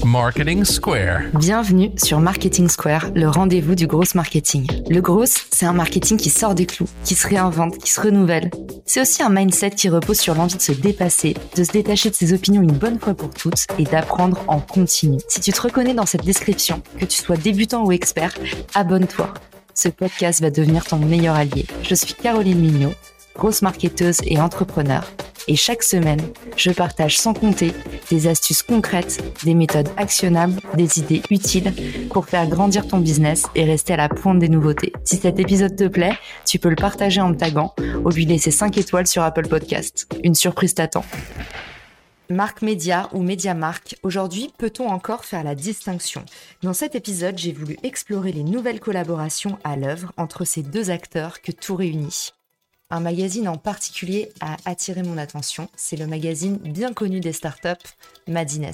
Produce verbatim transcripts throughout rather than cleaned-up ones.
Marketing Square. Bienvenue sur Marketing Square, le rendez-vous du gros marketing. Le gros, c'est un marketing qui sort des clous, qui se réinvente, qui se renouvelle. C'est aussi un mindset qui repose sur l'envie de se dépasser, de se détacher de ses opinions une bonne fois pour toutes et d'apprendre en continu. Si tu te reconnais dans cette description, que tu sois débutant ou expert, abonne-toi. Ce podcast va devenir ton meilleur allié. Je suis Caroline Mignot, grosse marketeuse et entrepreneur. Et chaque semaine, je partage sans compter des astuces concrètes, des méthodes actionnables, des idées utiles pour faire grandir ton business et rester à la pointe des nouveautés. Si cet épisode te plaît, tu peux le partager en me taguant ou lui laisser cinq étoiles sur Apple Podcast. Une surprise t'attend. Marque média ou média marque, aujourd'hui, peut-on encore faire la distinction ? Dans cet épisode, j'ai voulu explorer les nouvelles collaborations à l'œuvre entre ces deux acteurs que tout réunit. Un magazine en particulier a attiré mon attention, c'est le magazine bien connu des startups, Madines.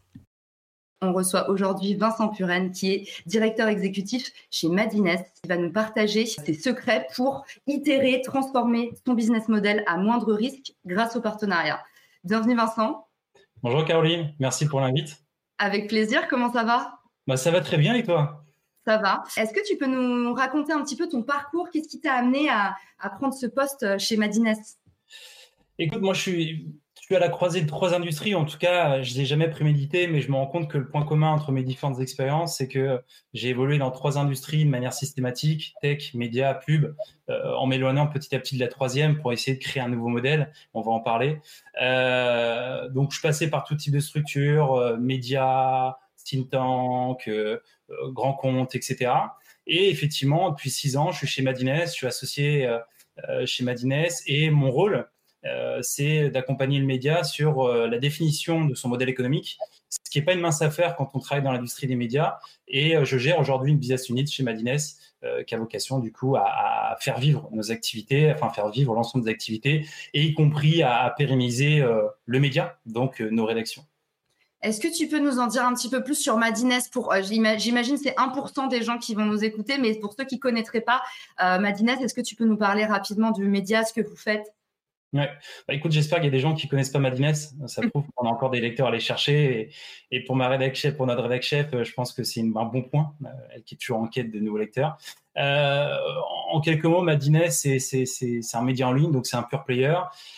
On reçoit aujourd'hui Vincent Puren, qui est directeur exécutif chez Madines. Il va nous partager ses secrets pour itérer, transformer son business model à moindre risque grâce au partenariat. Bienvenue Vincent. Bonjour Caroline, merci pour l'invite. Avec plaisir, comment ça va ? Bah, ça va très bien et toi ? Ça va. Est-ce que tu peux nous raconter un petit peu ton parcours ? Qu'est-ce qui t'a amené à, à prendre ce poste chez Madines ? Écoute, moi je suis, je suis à la croisée de trois industries. En tout cas, je ne l'ai jamais prémédité, mais je me rends compte que le point commun entre mes différentes expériences, c'est que j'ai évolué dans trois industries de manière systématique, tech, médias, pub, euh, en m'éloignant petit à petit de la troisième pour essayer de créer un nouveau modèle. On va en parler. Euh, donc, je suis passé par tout type de structures, euh, médias, think tank, euh, euh, grands comptes, et cetera. Et effectivement, depuis six ans, je suis chez Madines, je suis associé euh, euh, chez Madines et mon rôle, euh, c'est d'accompagner le média sur euh, la définition de son modèle économique, ce qui n'est pas une mince affaire quand on travaille dans l'industrie des médias. Et euh, je gère aujourd'hui une business unit chez Madines euh, qui a vocation du coup à, à faire vivre nos activités, enfin faire vivre l'ensemble des activités, et y compris à, à pérenniser euh, le média, donc euh, nos rédactions. Est-ce que tu peux nous en dire un petit peu plus sur Madines pour, euh, j'imagine c'est un pour cent des gens qui vont nous écouter, mais pour ceux qui ne connaîtraient pas euh, Madines, est-ce que tu peux nous parler rapidement du média, ce que vous faites ? Ouais. Bah, écoute, j'espère qu'il y a des gens qui ne connaissent pas Madines. Ça prouve qu'on a encore des lecteurs à aller chercher. Et, et pour ma rédac chef, pour notre rédac chef, je pense que c'est une, un bon point, elle qui est toujours en quête de nouveaux lecteurs. Euh, en quelques mots, Madines, c'est, c'est, c'est, c'est un média en ligne, donc c'est un pure player.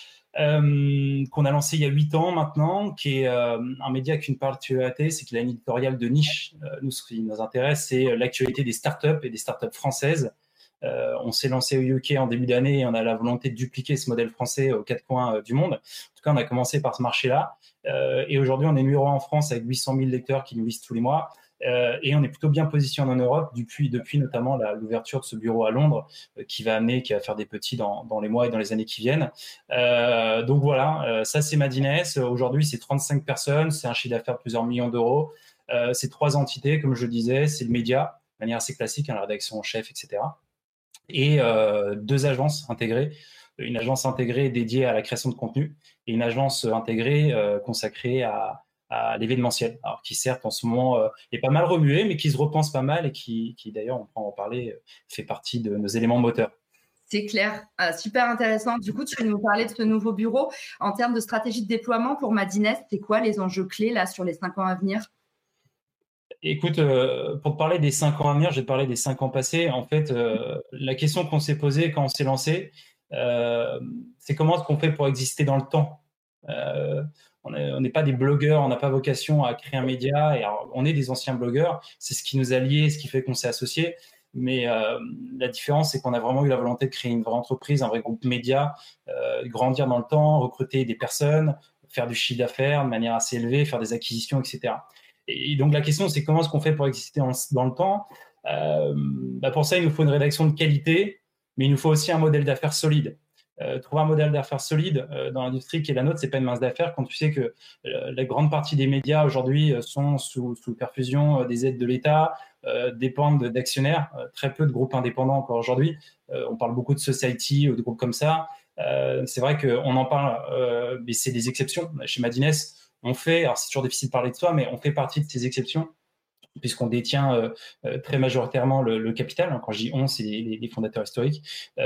Euh, qu'on a lancé il y a huit ans maintenant, qui est euh, un média avec une particularité, c'est qu'il a une éditoriale de niche. Euh, nous, ce qui nous intéresse, c'est l'actualité des startups et des startups françaises. Euh, on s'est lancé au U K en début d'année et on a la volonté de dupliquer ce modèle français aux quatre coins euh, du monde. En tout cas, on a commencé par ce marché-là. Euh, et aujourd'hui, on est numéro un en France avec huit cent mille lecteurs qui nous lisent tous les mois. Euh, et on est plutôt bien positionné en Europe depuis, depuis notamment la, l'ouverture de ce bureau à Londres euh, qui va amener, qui va faire des petits dans, dans les mois et dans les années qui viennent. Euh, donc voilà, euh, ça c'est Madines. Aujourd'hui, c'est trente-cinq personnes, c'est un chiffre d'affaires de plusieurs millions d'euros. Euh, c'est trois entités, comme je le disais, c'est le média, de manière assez classique, hein, la rédaction en chef, et cetera. Et euh, deux agences intégrées. Une agence intégrée dédiée à la création de contenu et une agence intégrée euh, consacrée à à l'événementiel, alors qui certes en ce moment euh, est pas mal remué, mais qui se repense pas mal et qui, qui d'ailleurs, on pourra en parler, euh, fait partie de nos éléments moteurs. C'est clair, ah, super intéressant. Du coup, tu peux nous parler de ce nouveau bureau. En termes de stratégie de déploiement pour Madines, c'est quoi les enjeux clés là sur les cinq ans à venir ? Écoute, euh, pour te parler des cinq ans à venir, je vais te parler des cinq ans passés. En fait, euh, la question qu'on s'est posée quand on s'est lancé, euh, c'est comment est-ce qu'on fait pour exister dans le temps ? euh, On n'est pas des blogueurs, on n'a pas vocation à créer un média. Et alors, on est des anciens blogueurs, c'est ce qui nous a liés, ce qui fait qu'on s'est associés. Mais euh, la différence, c'est qu'on a vraiment eu la volonté de créer une vraie entreprise, un vrai groupe média, euh, grandir dans le temps, recruter des personnes, faire du chiffre d'affaires de manière assez élevée, faire des acquisitions, et cetera. Et donc la question, c'est comment est-ce qu'on fait pour exister en, dans le temps ? euh, bah Pour ça, il nous faut une rédaction de qualité, mais il nous faut aussi un modèle d'affaires solide. Euh, trouver un modèle d'affaires solide euh, dans l'industrie qui est la nôtre, c'est pas une mince d'affaires quand tu sais que euh, la grande partie des médias aujourd'hui euh, sont sous, sous perfusion euh, des aides de l'État, euh, dépendent d'actionnaires, euh, très peu de groupes indépendants encore aujourd'hui. Euh, on parle beaucoup de society ou de groupes comme ça. Euh, c'est vrai qu'on en parle, euh, mais c'est des exceptions. Chez Madines, on fait, alors c'est toujours difficile de parler de soi, mais on fait partie de ces exceptions. puisqu'on détient euh, euh, très majoritairement le, le capital. Quand je dis on, c'est les, les fondateurs historiques.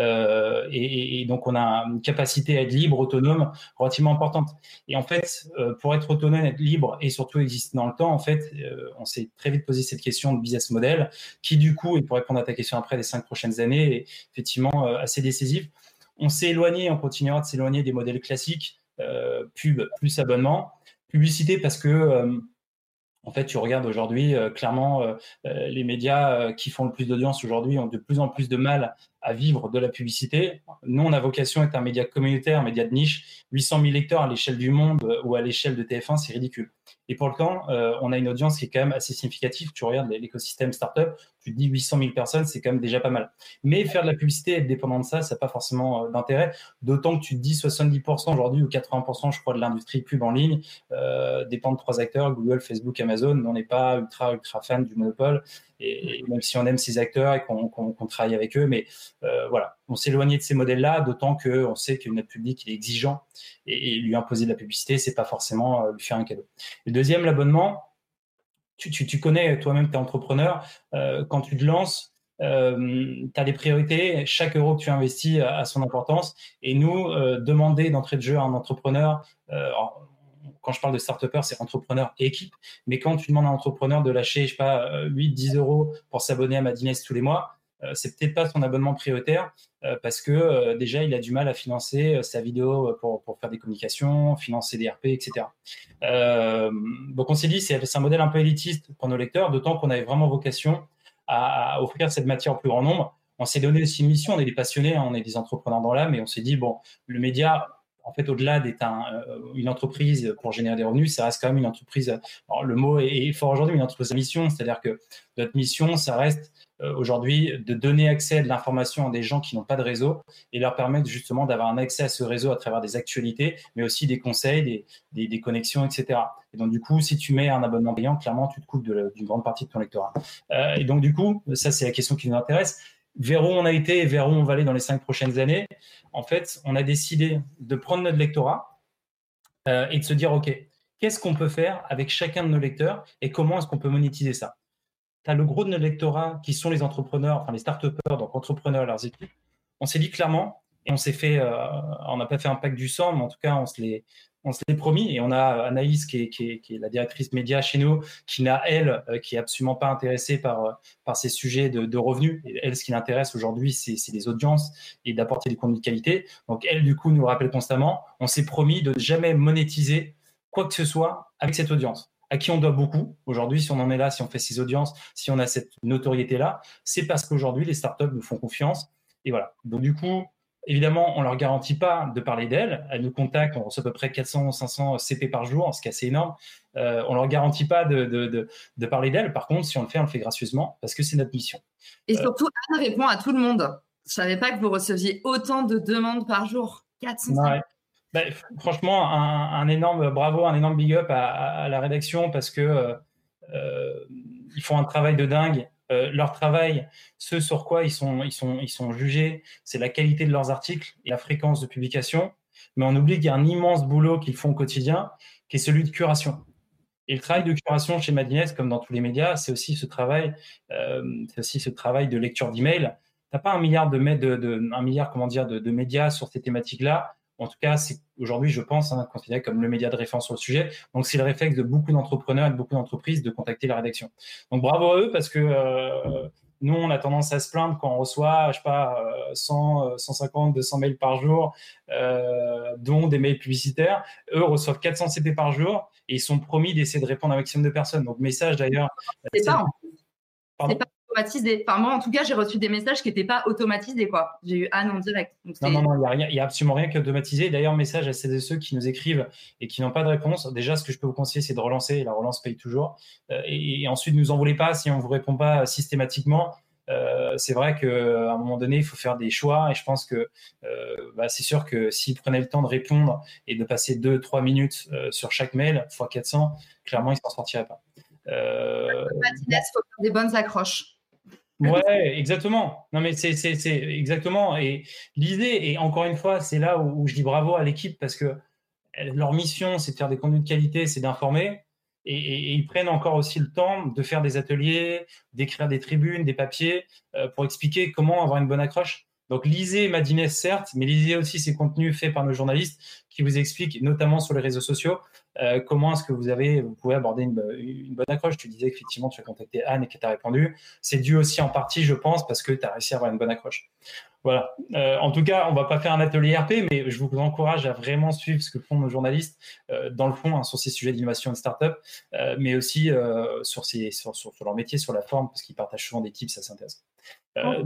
Euh, et, et donc, on a une capacité à être libre, autonome, relativement importante. Et en fait, euh, pour être autonome, être libre et surtout exister dans le temps, en fait, euh, on s'est très vite posé cette question de business model, qui du coup, et pour répondre à ta question après, les cinq prochaines années, est effectivement euh, assez décisif. On s'est éloigné, on continuera de s'éloigner des modèles classiques, euh, pub plus abonnement. Publicité parce que... Euh, En fait, tu regardes aujourd'hui, euh, clairement, euh, euh, les médias euh, qui font le plus d'audience aujourd'hui ont de plus en plus de mal à vivre de la publicité. Nous, on a vocation à être un média communautaire, un média de niche. huit cent mille lecteurs à l'échelle du monde euh, ou à l'échelle de T F un, c'est ridicule. Et pour le temps, euh, on a une audience qui est quand même assez significative. Tu regardes l'écosystème startup, tu te dis huit cent mille personnes, c'est quand même déjà pas mal. Mais faire de la publicité, être dépendant de ça, ça n'a pas forcément euh, d'intérêt. D'autant que tu te dis soixante-dix pour cent aujourd'hui ou quatre-vingts pour cent, je crois, de l'industrie pub en ligne euh, dépend de trois acteurs, Google, Facebook, Amazon. On n'est pas ultra, ultra fan du monopole. Et, et même si on aime ces acteurs et qu'on qu'on, qu'on travaille avec eux, mais euh, voilà, on s'est éloigné de ces modèles-là, d'autant qu'on sait que notre public il est exigeant et, et lui imposer de la publicité, c'est pas forcément euh, lui faire un cadeau. Le deuxième, l'abonnement. Tu, tu, tu connais toi-même, tu es entrepreneur. Euh, quand tu te lances, euh, tu as des priorités. Chaque euro que tu investis a, a son importance. Et nous, euh, demander d'entrée de jeu à un entrepreneur, euh, quand je parle de start-upper, c'est entrepreneur et équipe. Mais quand tu demandes à un entrepreneur de lâcher, je sais pas, huit, dix euros pour s'abonner à Madines tous les mois, euh, c'est peut-être pas son abonnement prioritaire euh, parce que euh, déjà, il a du mal à financer euh, sa vidéo pour, pour faire des communications, financer des R P, et cetera. Euh, donc, on s'est dit, c'est, c'est un modèle un peu élitiste pour nos lecteurs, d'autant qu'on avait vraiment vocation à, à offrir cette matière au plus grand nombre. On s'est donné aussi une mission, on est des passionnés, hein, on est des entrepreneurs dans l'âme, et on s'est dit, bon, le média, en fait, au-delà d'être un, euh, une entreprise pour générer des revenus, ça reste quand même une entreprise, alors le mot est, est fort aujourd'hui, une entreprise à mission, c'est-à-dire que notre mission, ça reste euh, aujourd'hui de donner accès à de l'information à des gens qui n'ont pas de réseau et leur permettre justement d'avoir un accès à ce réseau à travers des actualités, mais aussi des conseils, des, des, des connexions, et cetera. Et donc, du coup, si tu mets un abonnement payant, clairement, tu te coupes de, d'une grande partie de ton lectorat. Euh, et donc, du coup, ça, c'est la question qui nous intéresse. Vers où on a été et vers où on va aller dans les cinq prochaines années. En fait, on a décidé de prendre notre lectorat euh, et de se dire, OK, qu'est-ce qu'on peut faire avec chacun de nos lecteurs et comment est-ce qu'on peut monétiser ça? Tu as le gros de notre lectorat qui sont les entrepreneurs, enfin les start-upers, donc entrepreneurs et leurs équipes. On s'est dit clairement, et on s'est fait, euh, on n'a pas fait un pacte du sang, mais en tout cas, on se l'est, on se l'est promis. Et on a Anaïs, qui est, qui est, qui est la directrice média chez nous, qui n'a, elle, euh, qui est absolument pas intéressée par, par ces sujets de, de revenus. Et elle, ce qui l'intéresse aujourd'hui, c'est, c'est les audiences et d'apporter des contenus de qualité. Donc, elle, du coup, nous rappelle constamment, on s'est promis de ne jamais monétiser quoi que ce soit avec cette audience, à qui on doit beaucoup. Aujourd'hui, si on en est là, si on fait ces audiences, si on a cette notoriété-là, c'est parce qu'aujourd'hui, les startups nous font confiance. Et voilà. Donc, du coup, évidemment, on ne leur garantit pas de parler d'elles. Elles nous contactent, on reçoit à peu près quatre cents ou cinq cents C P par jour, ce qui est assez énorme. Euh, on ne leur garantit pas de, de, de, de parler d'elles. Par contre, si on le fait, on le fait gracieusement parce que c'est notre mission. Et surtout, euh, Anne répond à tout le monde. Je ne savais pas que vous receviez autant de demandes par jour. quatre cents. Ouais. Bah, franchement, un, un énorme bravo, un énorme big up à, à, à la rédaction parce que euh, euh, ils font un travail de dingue. Euh, leur travail, ce sur quoi ils sont, ils sont, ils sont jugés, c'est la qualité de leurs articles et la fréquence de publication. Mais on oublie qu'il y a un immense boulot qu'ils font au quotidien, qui est celui de curation. Et le travail de curation chez Madines, comme dans tous les médias, c'est aussi ce travail, euh, c'est aussi ce travail de lecture d'email. T'as pas un milliard de, de, de un milliard, comment dire, de, de médias sur ces thématiques-là. En tout cas, c'est aujourd'hui, je pense, hein, considéré comme le média de référence sur le sujet. Donc, c'est le réflexe de beaucoup d'entrepreneurs et de beaucoup d'entreprises de contacter la rédaction. Donc, bravo à eux parce que euh, nous, on a tendance à se plaindre quand on reçoit, je sais pas, cent, cent cinquante, deux cents mails par jour, euh, dont des mails publicitaires. Eux reçoivent quatre cents C P par jour et ils sont promis d'essayer de répondre à un maximum de personnes. Donc, message d'ailleurs. C'est, c'est pas, c'est pas automatisé. Enfin, moi, en tout cas, j'ai reçu des messages qui n'étaient pas automatisés, quoi. J'ai eu Anne en direct. Donc non, non, non, il n'y a, rien, il y a absolument rien qui est automatisé. D'ailleurs, message à celles et ceux qui nous écrivent et qui n'ont pas de réponse. Déjà, ce que je peux vous conseiller, c'est de relancer. Et la relance paye toujours. Euh, et, et ensuite, ne nous en voulez pas si on ne vous répond pas systématiquement. Euh, c'est vrai qu'à un moment donné, il faut faire des choix. Et je pense que euh, bah, c'est sûr que s'ils prenaient le temps de répondre et de passer deux trois minutes euh, sur chaque mail, fois quatre cents, clairement, ils ne s'en sortiraient pas. Euh, il faut faire des bonnes accroches. Ouais, exactement. Non, mais c'est, c'est, c'est exactement. Et lisez, et encore une fois, c'est là où, où je dis bravo à l'équipe parce que leur mission, c'est de faire des contenus de qualité, c'est d'informer. et, et, et ils prennent encore aussi le temps de faire des ateliers, d'écrire des tribunes, des papiers euh, pour expliquer comment avoir une bonne accroche. Donc, lisez Madines, certes, mais lisez aussi ces contenus faits par nos journalistes qui vous expliquent, notamment sur les réseaux sociaux, euh, comment est-ce que vous avez, vous pouvez aborder une, une bonne accroche. Tu disais qu'effectivement, tu as contacté Anne et qu'elle t'a répondu. C'est dû aussi en partie, je pense, parce que tu as réussi à avoir une bonne accroche. Voilà. Euh, en tout cas, on ne va pas faire un atelier R P, mais je vous encourage à vraiment suivre ce que font nos journalistes, euh, dans le fond, hein, sur ces sujets d'innovation et de start-up, euh, mais aussi euh, sur, ces, sur, sur, sur leur métier, sur la forme, parce qu'ils partagent souvent des tips, ça s'intéresse. Euh,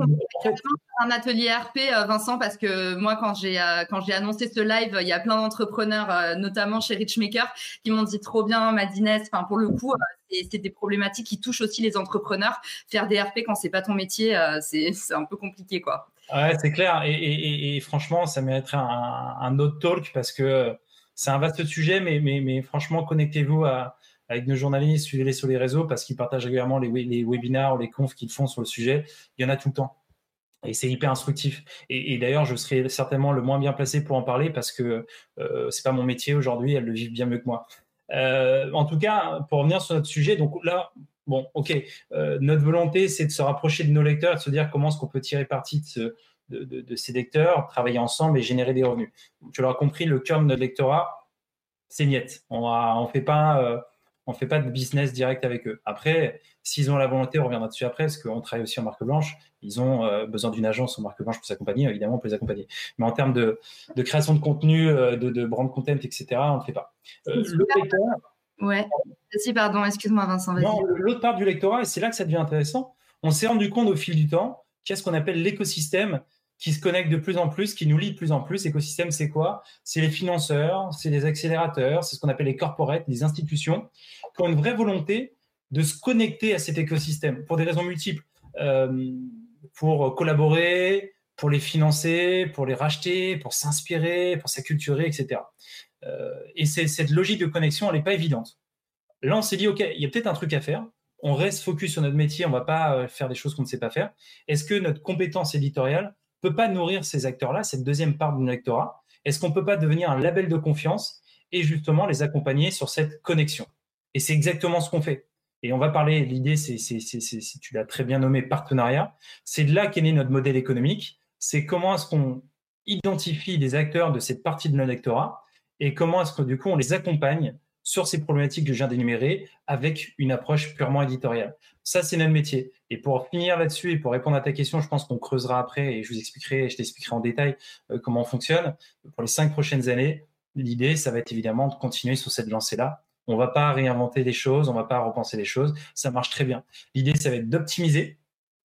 un atelier R P, Vincent, parce que moi, quand j'ai euh, quand j'ai annoncé ce live, il y a plein d'entrepreneurs, euh, notamment chez Richmaker, qui m'ont dit trop bien, Madines. Enfin, pour le coup, euh, c'est, c'est des problématiques qui touchent aussi les entrepreneurs. Faire des R P quand c'est pas ton métier, euh, c'est c'est un peu compliqué, quoi. Ouais, c'est clair. Et, et, et, et franchement, ça mériterait un, un autre talk parce que c'est un vaste sujet, mais mais mais franchement, connectez-vous à avec nos journalistes, suivez-les sur les réseaux parce qu'ils partagent régulièrement les, les webinars ou les confs qu'ils font sur le sujet. Il y en a tout le temps. Et c'est hyper instructif. Et, et d'ailleurs, je serai certainement le moins bien placé pour en parler parce que euh, c'est pas mon métier aujourd'hui. Elles le vivent bien mieux que moi. Euh, en tout cas, pour revenir sur notre sujet, donc là, bon, ok, euh, notre volonté, c'est de se rapprocher de nos lecteurs, de se dire comment est-ce qu'on peut tirer parti de, ce, de, de, de ces lecteurs, travailler ensemble et générer des revenus. Tu l'auras compris, le cœur de notre lectorat, c'est niet. On a, on fait pas. Euh, on fait pas de business direct avec eux. Après, s'ils ont la volonté, on reviendra dessus après, parce qu'on travaille aussi en marque blanche. Ils ont euh, besoin d'une agence en marque blanche pour s'accompagner. Évidemment, on peut les accompagner. Mais en termes de, de création de contenu, euh, de, de brand content, et cetera, on ne le fait pas. Euh, le lecteur, ouais. Si, pardon, excuse-moi, Vincent. Vas-y. Non, l'autre part du lectorat, et c'est là que ça devient intéressant. On s'est rendu compte au fil du temps qu'il y a ce qu'on appelle l'écosystème qui se connecte de plus en plus, qui nous lie de plus en plus. L'écosystème, c'est quoi? C'est les financeurs, c'est les accélérateurs, c'est ce qu'on appelle les corporates, les institutions, qui ont une vraie volonté de se connecter à cet écosystème pour des raisons multiples. Euh, pour collaborer, pour les financer, pour les racheter, pour s'inspirer, pour s'acculturer, et cetera. Euh, et c'est, cette logique de connexion, elle n'est pas évidente. Là, on s'est dit, OK, il y a peut-être un truc à faire. On reste focus sur notre métier, on ne va pas faire des choses qu'on ne sait pas faire. Est-ce que notre compétence éditoriale ne peut pas nourrir ces acteurs-là, cette deuxième part de notre lectorat? Est-ce qu'on ne peut pas devenir un label de confiance et justement les accompagner sur cette connexion? Et c'est exactement ce qu'on fait. Et on va parler, l'idée, c'est, c'est, c'est, c'est, c'est tu l'as très bien nommé, partenariat. C'est de là qu'est né notre modèle économique. C'est comment est-ce qu'on identifie les acteurs de cette partie de notre lectorat et comment est-ce que du coup on les accompagne sur ces problématiques que je viens d'énumérer avec une approche purement éditoriale. Ça, c'est notre métier. Et pour finir là-dessus et pour répondre à ta question, je pense qu'on creusera après et je vous expliquerai, je t'expliquerai en détail euh, comment on fonctionne. Pour les cinq prochaines années, l'idée, ça va être évidemment de continuer sur cette lancée-là. On ne va pas réinventer les choses, on ne va pas repenser les choses. Ça marche très bien. L'idée, ça va être d'optimiser,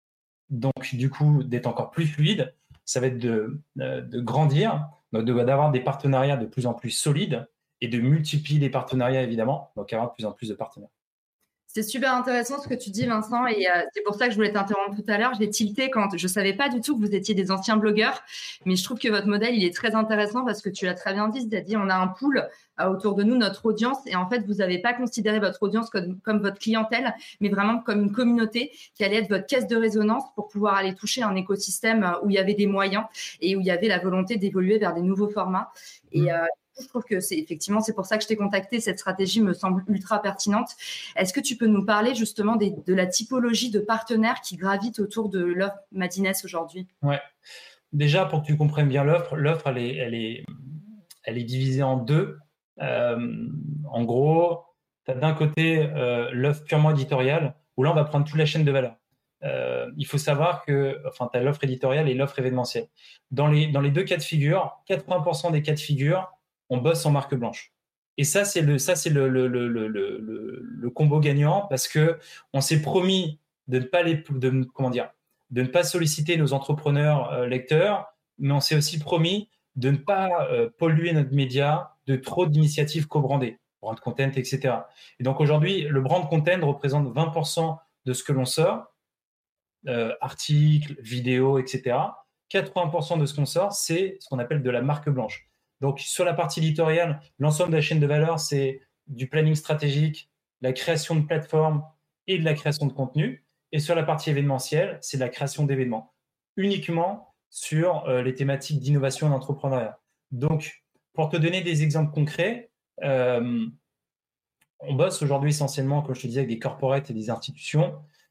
donc du coup, d'être encore plus fluide. Ça va être de, euh, de grandir, donc de, d'avoir des partenariats de plus en plus solides et de multiplier les partenariats, évidemment, donc avoir de plus en plus de partenaires. C'est super intéressant ce que tu dis, Vincent, et euh, c'est pour ça que je voulais t'interrompre tout à l'heure. J'ai tilté quand je ne savais pas du tout que vous étiez des anciens blogueurs, mais je trouve que votre modèle, il est très intéressant parce que tu l'as très bien dit, c'est-à-dire on a un pool euh, autour de nous, notre audience, et en fait, vous n'avez pas considéré votre audience comme, comme votre clientèle, mais vraiment comme une communauté qui allait être votre caisse de résonance pour pouvoir aller toucher un écosystème où il y avait des moyens et où il y avait la volonté d'évoluer vers des nouveaux formats. Et euh, je trouve que c'est effectivement, c'est pour ça que je t'ai contacté. Cette stratégie me semble ultra pertinente. Est-ce que tu peux nous parler justement des, de la typologie de partenaires qui gravitent autour de l'offre Madines aujourd'hui? Ouais. Déjà, pour que tu comprennes bien l'offre, l'offre, elle est, elle est, elle est divisée en deux. Euh, en gros, tu as d'un côté euh, l'offre purement éditoriale, où là, on va prendre toute la chaîne de valeur. Euh, il faut savoir que, enfin, tu as l'offre éditoriale et l'offre événementielle. Dans les, dans les deux cas de figure, quatre-vingts pour cent des cas de figure, on bosse en marque blanche. Et ça, c'est le, ça, c'est le, le, le, le, le, le combo gagnant parce que on s'est promis de ne pas les, de, comment dire, de ne pas solliciter nos entrepreneurs euh, lecteurs, mais on s'est aussi promis de ne pas euh, polluer notre média de trop d'initiatives co-brandées, brand content, et cetera. Et donc aujourd'hui, le brand content représente vingt pour cent de ce que l'on sort, euh, articles, vidéos, et cetera. quatre-vingts pour cent de ce qu'on sort, c'est ce qu'on appelle de la marque blanche. Donc, sur la partie éditoriale, l'ensemble de la chaîne de valeur, c'est du planning stratégique, la création de plateformes et de la création de contenu. Et sur la partie événementielle, c'est la création d'événements, uniquement sur euh, les thématiques d'innovation et d'entrepreneuriat. Donc, pour te donner des exemples concrets, euh, on bosse aujourd'hui essentiellement, comme je te disais, avec des corporates et des institutions.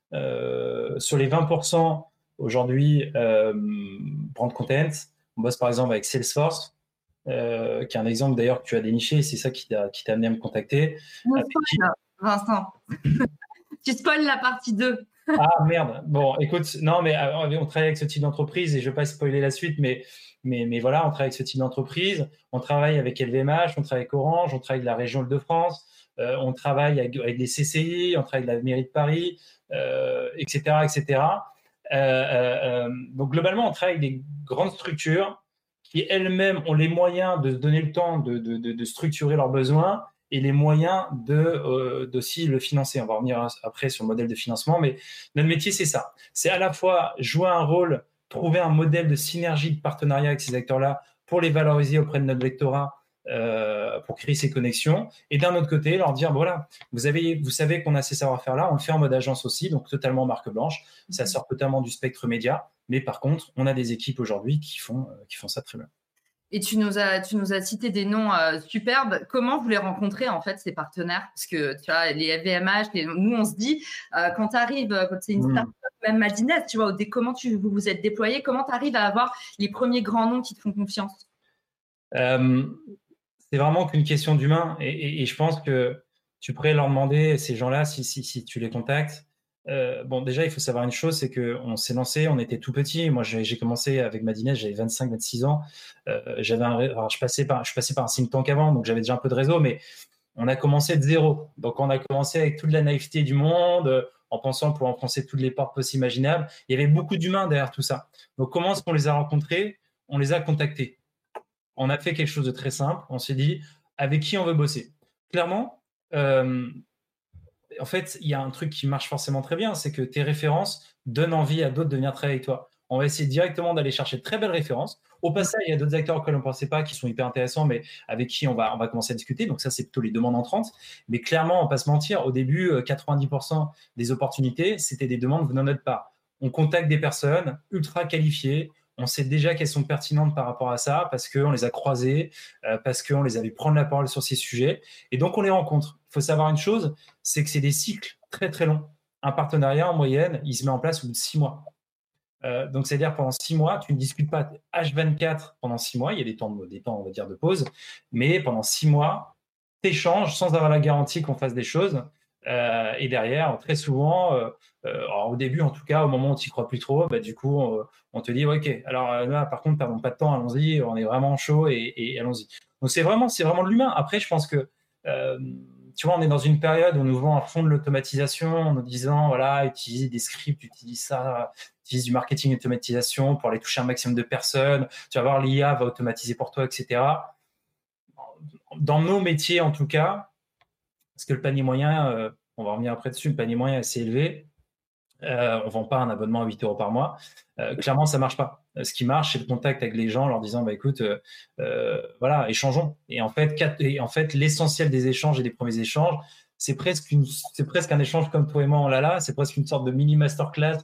Euh, sur les vingt pour cent aujourd'hui, euh, brand content, on bosse par exemple avec Salesforce, euh, qui est un exemple d'ailleurs que tu as déniché, et c'est ça qui t'a, qui t'a amené à me contacter. Mon spoil, Vincent. Tu spoil la partie deux. Ah merde. Bon, écoute, non, mais euh, on travaille avec ce type d'entreprise et je ne vais pas spoiler la suite, mais, mais, mais voilà, on travaille avec ce type d'entreprise. On travaille avec L V M H, on travaille avec Orange, on travaille avec la région Île-de-France, euh, on travaille avec, avec des C C I, on travaille avec la mairie de Paris, euh, et cetera, et cetera. Euh, euh, donc globalement, on travaille avec des grandes structures qui elles-mêmes ont les moyens de se donner le temps de, de, de, de structurer leurs besoins et les moyens de euh, d'aussi le financer. On va revenir après sur le modèle de financement, mais notre métier, c'est ça. C'est à la fois jouer un rôle, trouver un modèle de synergie, de partenariat avec ces acteurs-là pour les valoriser auprès de notre lectorat, euh, pour créer ces connexions, et d'un autre côté, leur dire, voilà, vous, avez, vous savez qu'on a ces savoir-faire-là, on le fait en mode agence aussi, donc totalement marque blanche, ça sort totalement du spectre média, mais par contre, on a des équipes aujourd'hui qui font, euh, qui font ça très bien. Et tu nous as, tu nous as cité des noms euh, superbes. Comment vous les rencontrez, en fait, ces partenaires? Parce que, tu vois, les L V M H, les, nous, on se dit, euh, quand tu arrives, quand c'est une mmh. start-up, même Madinès, tu vois, comment tu, vous vous êtes déployé, comment tu arrives à avoir les premiers grands noms qui te font confiance? euh, C'est vraiment qu'une question d'humain. Et, et, et je pense que tu pourrais leur demander, ces gens-là, si, si, si tu les contactes. Euh, bon, déjà, il faut savoir une chose, c'est qu'on s'est lancé, on était tout petit. Moi, j'ai, j'ai commencé avec Madinès, j'avais vingt-cinq, vingt-six ans. Euh, j'avais un, alors, je, passais par, je passais par un think tank avant, donc j'avais déjà un peu de réseau, mais on a commencé de zéro. Donc, on a commencé avec toute la naïveté du monde, euh, en pensant pour enfoncer toutes les portes possibles imaginables. Il y avait beaucoup d'humains derrière tout ça. Donc, comment est-ce qu'on les a rencontrés? On les a contactés. On a fait quelque chose de très simple. On s'est dit, avec qui on veut bosser? Clairement, euh, en fait, il y a un truc qui marche forcément très bien, c'est que tes références donnent envie à d'autres de venir travailler avec toi. On va essayer directement d'aller chercher de très belles références. Au passage, il y a d'autres acteurs auxquels on ne pensait pas, qui sont hyper intéressants, mais avec qui on va, on va commencer à discuter. Donc ça, c'est plutôt les demandes entrantes. Mais clairement, on ne va pas se mentir, au début, quatre-vingt-dix pour cent des opportunités, c'était des demandes venant de notre part. On contacte des personnes ultra qualifiées. On sait déjà qu'elles sont pertinentes par rapport à ça parce qu'on les a croisées, euh, parce qu'on les a vu prendre la parole sur ces sujets. Et donc, on les rencontre. Il faut savoir une chose, c'est que c'est des cycles très, très longs. Un partenariat, en moyenne, il se met en place au bout de six mois. Euh, donc, c'est-à-dire pendant six mois, tu ne discutes pas H vingt-quatre pendant six mois. Il y a des temps, des temps, on va dire, de pause. Mais pendant six mois, tu échanges sans avoir la garantie qu'on fasse des choses. Euh, et derrière, très souvent, euh, euh, alors au début, en tout cas, au moment où tu n'y crois plus trop, bah, du coup, on, on te dit, OK, alors là, par contre, perdons pas de temps, allons-y, on est vraiment chaud et, et allons-y. Donc, c'est vraiment, c'est vraiment de l'humain. Après, je pense que, euh, tu vois, on est dans une période où on nous vend à fond de l'automatisation en nous disant, voilà, utilise des scripts, utilise ça, utilise du marketing automatisation pour aller toucher un maximum de personnes. Tu vas voir, l'I A va automatiser pour toi, et cetera. Dans nos métiers, en tout cas, parce que le panier moyen, euh, on va revenir après dessus, le panier moyen est assez élevé. Euh, on ne vend pas un abonnement à huit euros par mois. Euh, clairement, ça ne marche pas. Ce qui marche, c'est le contact avec les gens en leur disant, bah, écoute, euh, euh, voilà, échangeons. Et en fait, quatre, et en fait, l'essentiel des échanges et des premiers échanges, c'est presque, une, c'est presque un échange comme toi et moi en Lala. C'est presque une sorte de mini masterclass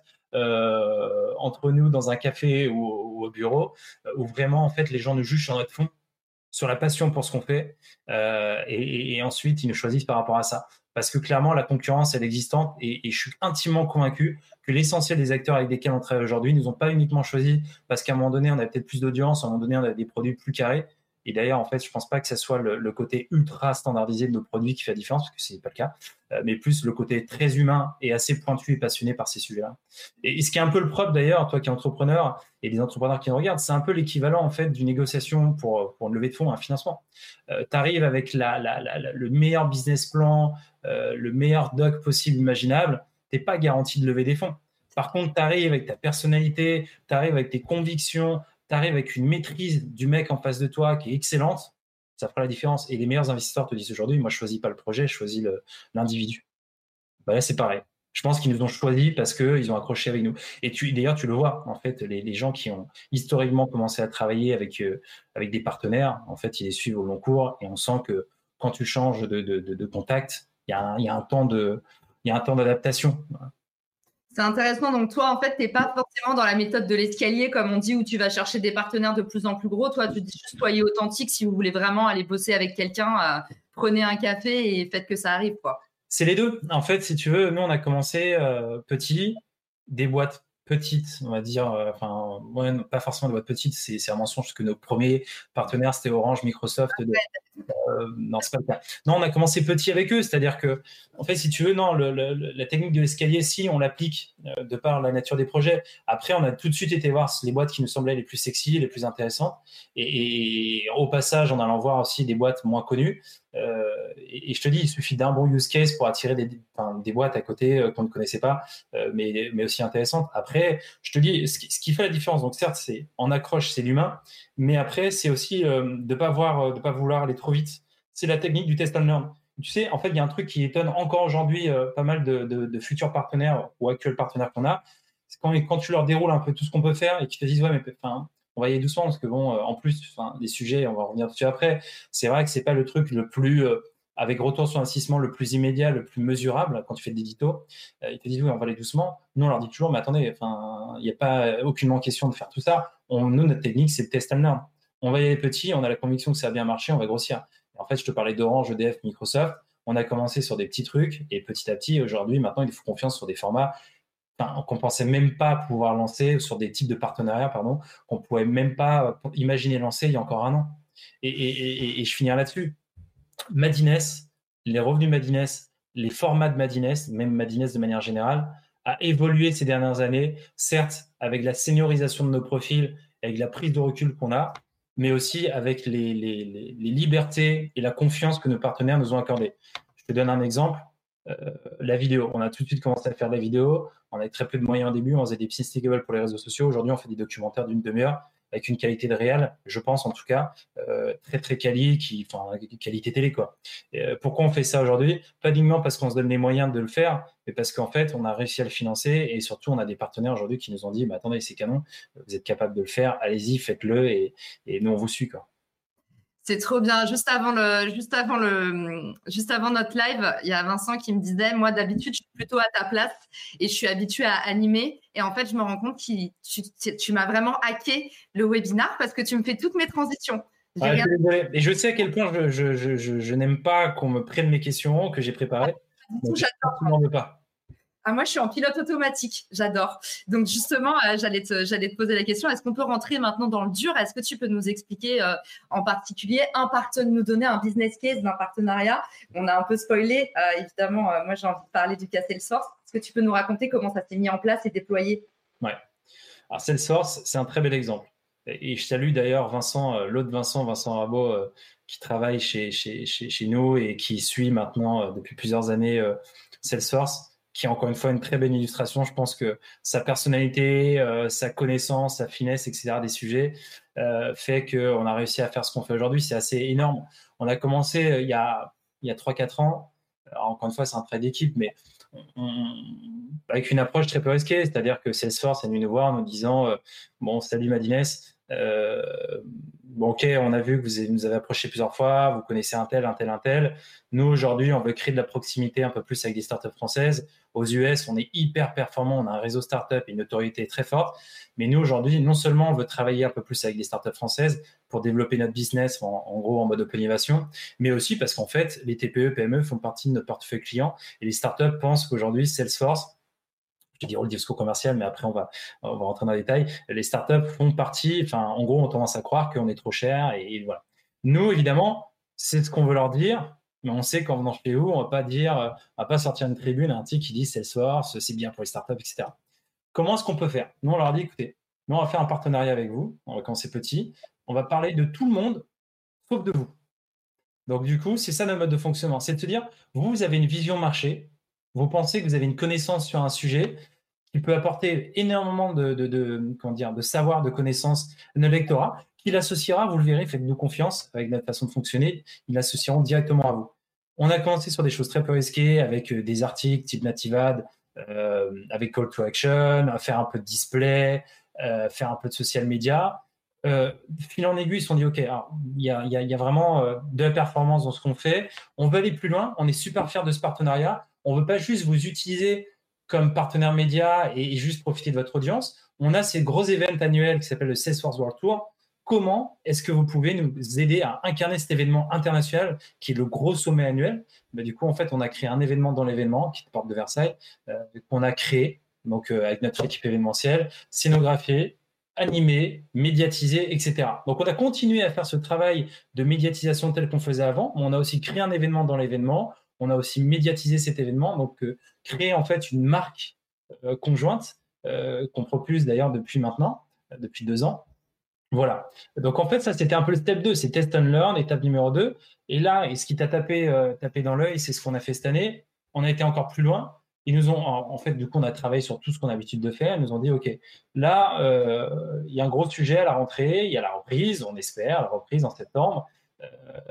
euh, entre nous dans un café ou, ou au bureau, où vraiment, en fait, les gens nous jugent sur notre fond, sur la passion pour ce qu'on fait, euh, et, et ensuite ils nous choisissent par rapport à ça. Parce que clairement, la concurrence, elle est existante, et, et je suis intimement convaincu que l'essentiel des acteurs avec lesquels on travaille aujourd'hui ne nous ont pas uniquement choisis parce qu'à un moment donné, on avait peut-être plus d'audience, à un moment donné, on avait des produits plus carrés. Et d'ailleurs, en fait, je ne pense pas que ce soit le, le côté ultra standardisé de nos produits qui fait la différence, parce que ce n'est pas le cas, euh, mais plus le côté très humain et assez pointu et passionné par ces sujets-là. Et, et ce qui est un peu le propre d'ailleurs, toi qui es entrepreneur et les entrepreneurs qui nous regardent, c'est un peu l'équivalent en fait d'une négociation pour, pour une levée de fonds, un financement. Euh, tu arrives avec la, la, la, la, le meilleur business plan, euh, le meilleur doc possible imaginable, tu n'es pas garanti de lever des fonds. Par contre, tu arrives avec ta personnalité, tu arrives avec tes convictions, tu arrives avec une maîtrise du mec en face de toi qui est excellente, ça fera la différence. Et les meilleurs investisseurs te disent aujourd'hui, moi, je ne choisis pas le projet, je choisis le, l'individu. Bah là, c'est pareil. Je pense qu'ils nous ont choisis parce qu'ils ont accroché avec nous. Et tu, d'ailleurs, tu le vois, en fait, les, les gens qui ont historiquement commencé à travailler avec, euh, avec des partenaires, en fait, ils les suivent au long cours et on sent que quand tu changes de, de, de, de contact, il y a un, il y a un temps de, il y a un temps d'adaptation. C'est intéressant. Donc, toi, en fait, tu n'es pas forcément dans la méthode de l'escalier, comme on dit, où tu vas chercher des partenaires de plus en plus gros. Toi, tu dis juste soyez authentique si vous voulez vraiment aller bosser avec quelqu'un. Euh, prenez un café et faites que ça arrive, quoi. C'est les deux. En fait, si tu veux, nous, on a commencé euh, petit, des boîtes petites, on va dire, euh, enfin, ouais, pas forcément des boîtes petites, c'est, c'est un mensonge, parce que nos premiers partenaires, c'était Orange, Microsoft. De, euh, non, c'est pas le cas. Non, on a commencé petit avec eux, c'est-à-dire que, en fait, si tu veux, non, le, le, la technique de l'escalier, si on l'applique euh, de par la nature des projets, après, on a tout de suite été voir les boîtes qui nous semblaient les plus sexy, les plus intéressantes, et, et au passage, en allant voir aussi des boîtes moins connues. Euh, et, et je te dis, il suffit d'un bon use case pour attirer des, enfin, des boîtes à côté euh, qu'on ne connaissait pas, euh, mais, mais aussi intéressantes. Après, je te dis, ce qui, ce qui fait la différence, donc certes, c'est en accroche, c'est l'humain, mais après, c'est aussi euh, de ne pas, voir, de pas vouloir aller trop vite. C'est la technique du test and learn. Tu sais, en fait, il y a un truc qui étonne encore aujourd'hui euh, pas mal de, de, de futurs partenaires ou actuels partenaires qu'on a, c'est quand, quand tu leur déroules un peu tout ce qu'on peut faire et qu'ils te disent, ouais, mais enfin, on va y aller doucement parce que bon, euh, en plus, enfin, des sujets, on va revenir dessus après. C'est vrai que c'est pas le truc le plus, euh, avec retour sur investissement, le plus immédiat, le plus mesurable quand tu fais des éditos. Euh, ils te disent oui, on va aller doucement. Nous, on leur dit toujours, mais attendez, enfin, il n'y a pas aucunement question de faire tout ça. On, nous, notre technique, c'est le test and learn. On va y aller petit, on a la conviction que ça a bien marché, on va grossir. Et en fait, je te parlais d'Orange, E D F, Microsoft. On a commencé sur des petits trucs et petit à petit, aujourd'hui, maintenant, il faut confiance sur des formats Enfin, qu'on pensait même pas pouvoir lancer, sur des types de partenariats, pardon, qu'on pouvait même pas imaginer lancer il y a encore un an. Et, et, et, et je finirai là-dessus. Madines, les revenus Madines, les formats de Madines, même Madines de manière générale, a évolué ces dernières années, certes avec la seniorisation de nos profils, avec la prise de recul qu'on a, mais aussi avec les, les, les, les libertés et la confiance que nos partenaires nous ont accordées. Je te donne un exemple. Euh, la vidéo, on a tout de suite commencé à faire de la vidéo, on avait très peu de moyens au début, on faisait des petits stickables pour les réseaux sociaux. Aujourd'hui, on fait des documentaires d'une demi-heure avec une qualité de réel, je pense en tout cas, euh, très très quali, qui, enfin, qualité télé quoi. Et, euh, pourquoi on fait ça aujourd'hui? Pas uniquement parce qu'on se donne les moyens de le faire, mais parce qu'en fait, on a réussi à le financer et surtout, on a des partenaires aujourd'hui qui nous ont dit, bah, attendez, c'est canon, vous êtes capable de le faire, allez-y, faites-le et, et nous on vous suit quoi. C'est trop bien. Juste avant le, juste avant le, juste avant notre live, il y a Vincent qui me disait, moi d'habitude, je suis plutôt à ta place et je suis habituée à animer. Et en fait, je me rends compte que tu, tu, tu m'as vraiment hacké le webinar parce que tu me fais toutes mes transitions. Ouais, rien... je et je sais à quel point je, je, je, je, je n'aime pas qu'on me prenne mes questions que j'ai préparées. Ah, donc, j'adore. Pas. Ah, moi, je suis en pilote automatique. J'adore. Donc, justement, euh, j'allais, te, j'allais te poser la question. Est-ce qu'on peut rentrer maintenant dans le dur? Est-ce que tu peux nous expliquer euh, en particulier, un parten- nous donner un business case d'un partenariat? On a un peu spoilé. Euh, évidemment, euh, moi, j'ai envie de parler du cas Salesforce. Est-ce que tu peux nous raconter comment ça s'est mis en place et déployé? Ouais. Alors, Salesforce, c'est un très bel exemple. Et, et je salue d'ailleurs Vincent, euh, l'autre Vincent, Vincent Rabot, euh, qui travaille chez, chez, chez, chez nous et qui suit maintenant euh, depuis plusieurs années euh, Salesforce, qui est encore une fois une très belle illustration. Je pense que sa personnalité, euh, sa connaissance, sa finesse, et cetera des sujets euh, fait qu'on a réussi à faire ce qu'on fait aujourd'hui. C'est assez énorme. On a commencé euh, il y a, il y a trois quatre ans. Alors, encore une fois, c'est un trait d'équipe, mais on, on, avec une approche très peu risquée. C'est-à-dire que Salesforce est venu nous voir en nous disant euh, « Bon, salut Madines, euh, bon, ok, on a vu que vous nous avez approché plusieurs fois, vous connaissez un tel, un tel, un tel. Nous, aujourd'hui, on veut créer de la proximité un peu plus avec des startups françaises. Aux U S, on est hyper performant, on a un réseau startup et une notoriété très forte. Mais nous, aujourd'hui, non seulement on veut travailler un peu plus avec des startups françaises pour développer notre business, en, en gros, en mode open innovation, mais aussi parce qu'en fait, les T P E, P M E font partie de notre portefeuille client et les startups pensent qu'aujourd'hui, Salesforce, je dis le discours commercial, mais après, on va, on va rentrer dans les détails. Les startups font partie, enfin, en gros, on tendance à croire qu'on est trop cher et, et voilà. Nous, évidemment, c'est ce qu'on veut leur dire, mais on sait qu'en venant chez vous, on ne va pas dire, on va pas sortir une tribune, un titre qui dit Salesforce, c'est bien pour les startups, et cetera. Comment est-ce qu'on peut faire? Nous, on leur dit, écoutez, nous, on va faire un partenariat avec vous, on va commencer petit, on va parler de tout le monde, sauf de vous. Donc, du coup, c'est ça notre mode de fonctionnement, c'est de se dire, vous, vous avez une vision marché, vous pensez que vous avez une connaissance sur un sujet qui peut apporter énormément de, de, de, comment dire, de savoir, de connaissances à notre lectorat, qui l'associera, vous le verrez, faites-nous confiance avec notre façon de fonctionner, ils l'associeront directement à vous. On a commencé sur des choses très peu risquées, avec des articles type Nativad, euh, avec call to action, faire un peu de display, euh, faire un peu de social media. Euh, fil en aiguille, ils se sont dit, OK, il y a, y, a, y a vraiment euh, de la performance dans ce qu'on fait. On veut aller plus loin. On est super fiers de ce partenariat. On ne veut pas juste vous utiliser comme partenaire média et, et juste profiter de votre audience. On a ces gros événements annuels qui s'appellent le Salesforce World Tour. comment est-ce que vous pouvez nous aider à incarner cet événement international qui est le gros sommet annuel? Bah, du coup, en fait, on a créé un événement dans l'événement qui est Porte de Versailles, euh, qu'on a créé donc, euh, avec notre équipe événementielle, scénographiée, animé, médiatisé, et cetera. Donc, on a continué à faire ce travail de médiatisation tel qu'on faisait avant, mais on a aussi créé un événement dans l'événement, on a aussi médiatisé cet événement, donc euh, créé en fait une marque euh, conjointe euh, qu'on propulse d'ailleurs depuis maintenant, euh, depuis deux ans. Voilà. Donc, en fait, ça, c'était un peu le step deux, c'est test and learn, étape numéro deux. Et là, et ce qui t'a tapé, euh, tapé dans l'œil, c'est ce qu'on a fait cette année. On a été encore plus loin. Ils nous ont, en fait, du coup, on a travaillé sur tout ce qu'on a l'habitude de faire. Ils nous ont dit, OK, là, euh, il y a un gros sujet à la rentrée. Il y a la reprise, on espère, la reprise en septembre. Euh,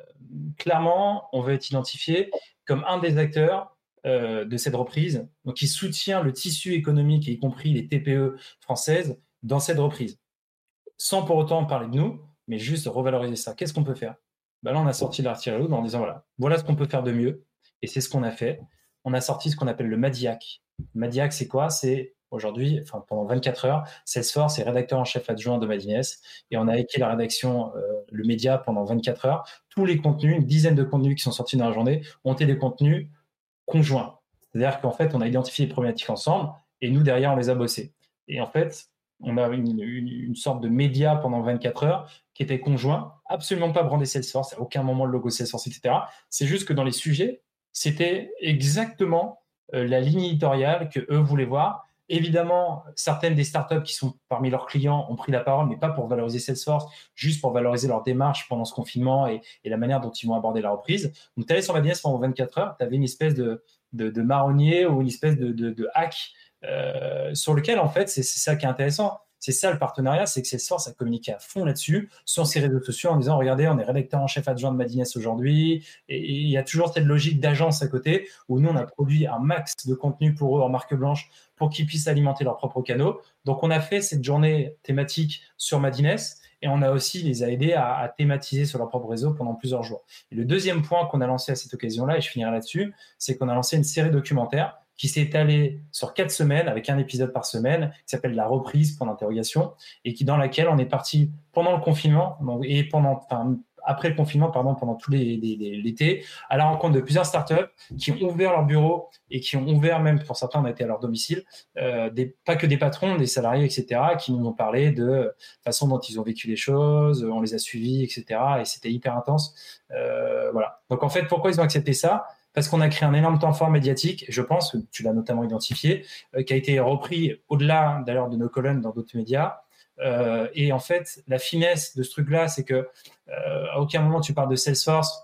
clairement, on veut être identifié comme un des acteurs euh, de cette reprise, donc qui soutient le tissu économique, y compris les T P E françaises, dans cette reprise. Sans pour autant parler de nous, mais juste revaloriser ça. Qu'est-ce qu'on peut faire? Ben là, on a sorti l'artillerie lourde en disant, voilà, voilà ce qu'on peut faire de mieux. Et c'est ce qu'on a fait. On a sorti ce qu'on appelle le Madiac. Madiac, c'est quoi? C'est aujourd'hui, enfin pendant vingt-quatre heures, Salesforce est rédacteur en chef adjoint de Madines et on a écrit la rédaction, euh, le média pendant vingt-quatre heures. Tous les contenus, une dizaine de contenus qui sont sortis dans la journée, ont été des contenus conjoints. C'est-à-dire qu'en fait, on a identifié les problématiques ensemble et nous, derrière, on les a bossés. Et en fait, on a une, une, une sorte de média pendant vingt-quatre heures qui était conjoint, absolument pas brandé Salesforce, à aucun moment le logo Salesforce, et cetera. C'est juste que dans les sujets, c'était exactement euh, la ligne éditoriale que eux voulaient voir. Évidemment, certaines des startups qui sont parmi leurs clients ont pris la parole, mais pas pour valoriser Salesforce, juste pour valoriser leur démarche pendant ce confinement et, et la manière dont ils vont aborder la reprise. Donc, tu allais sur Madines pendant vingt-quatre heures, tu avais une espèce de, de, de marronnier ou une espèce de, de, de hack euh, sur lequel, en fait, c'est, c'est ça qui est intéressant. C'est ça le partenariat, c'est que Salesforce a communiqué à fond là-dessus sur ses réseaux sociaux en disant, regardez, on est rédacteur en chef adjoint de Madines aujourd'hui, et il y a toujours cette logique d'agence à côté où nous, on a produit un max de contenu pour eux en marque blanche pour qu'ils puissent alimenter leurs propres canaux. Donc, on a fait cette journée thématique sur Madines et on a aussi les a aidés à, à thématiser sur leur propre réseau pendant plusieurs jours. Et le deuxième point qu'on a lancé à cette occasion-là, et je finirai là-dessus, c'est qu'on a lancé une série documentaire qui s'est étalée sur quatre semaines avec un épisode par semaine qui s'appelle La Reprise, point d'interrogation, et qui, dans laquelle on est parti pendant le confinement et pendant, enfin, après le confinement, pardon, pendant tout les, les, les, l'été, à la rencontre de plusieurs startups qui ont ouvert leur bureau et qui ont ouvert, même pour certains, on a été à leur domicile, euh, des, pas que des patrons, des salariés, et cetera, qui nous ont parlé de la façon dont ils ont vécu les choses, on les a suivis, et cetera. Et c'était hyper intense. Euh, voilà. Donc, en fait, pourquoi ils ont accepté ça? Parce qu'on a créé un énorme temps fort médiatique, je pense, que tu l'as notamment identifié, euh, qui a été repris au-delà d'ailleurs de nos colonnes dans d'autres médias. Euh, et en fait, la finesse de ce truc-là, c'est que euh, à aucun moment tu parles de Salesforce,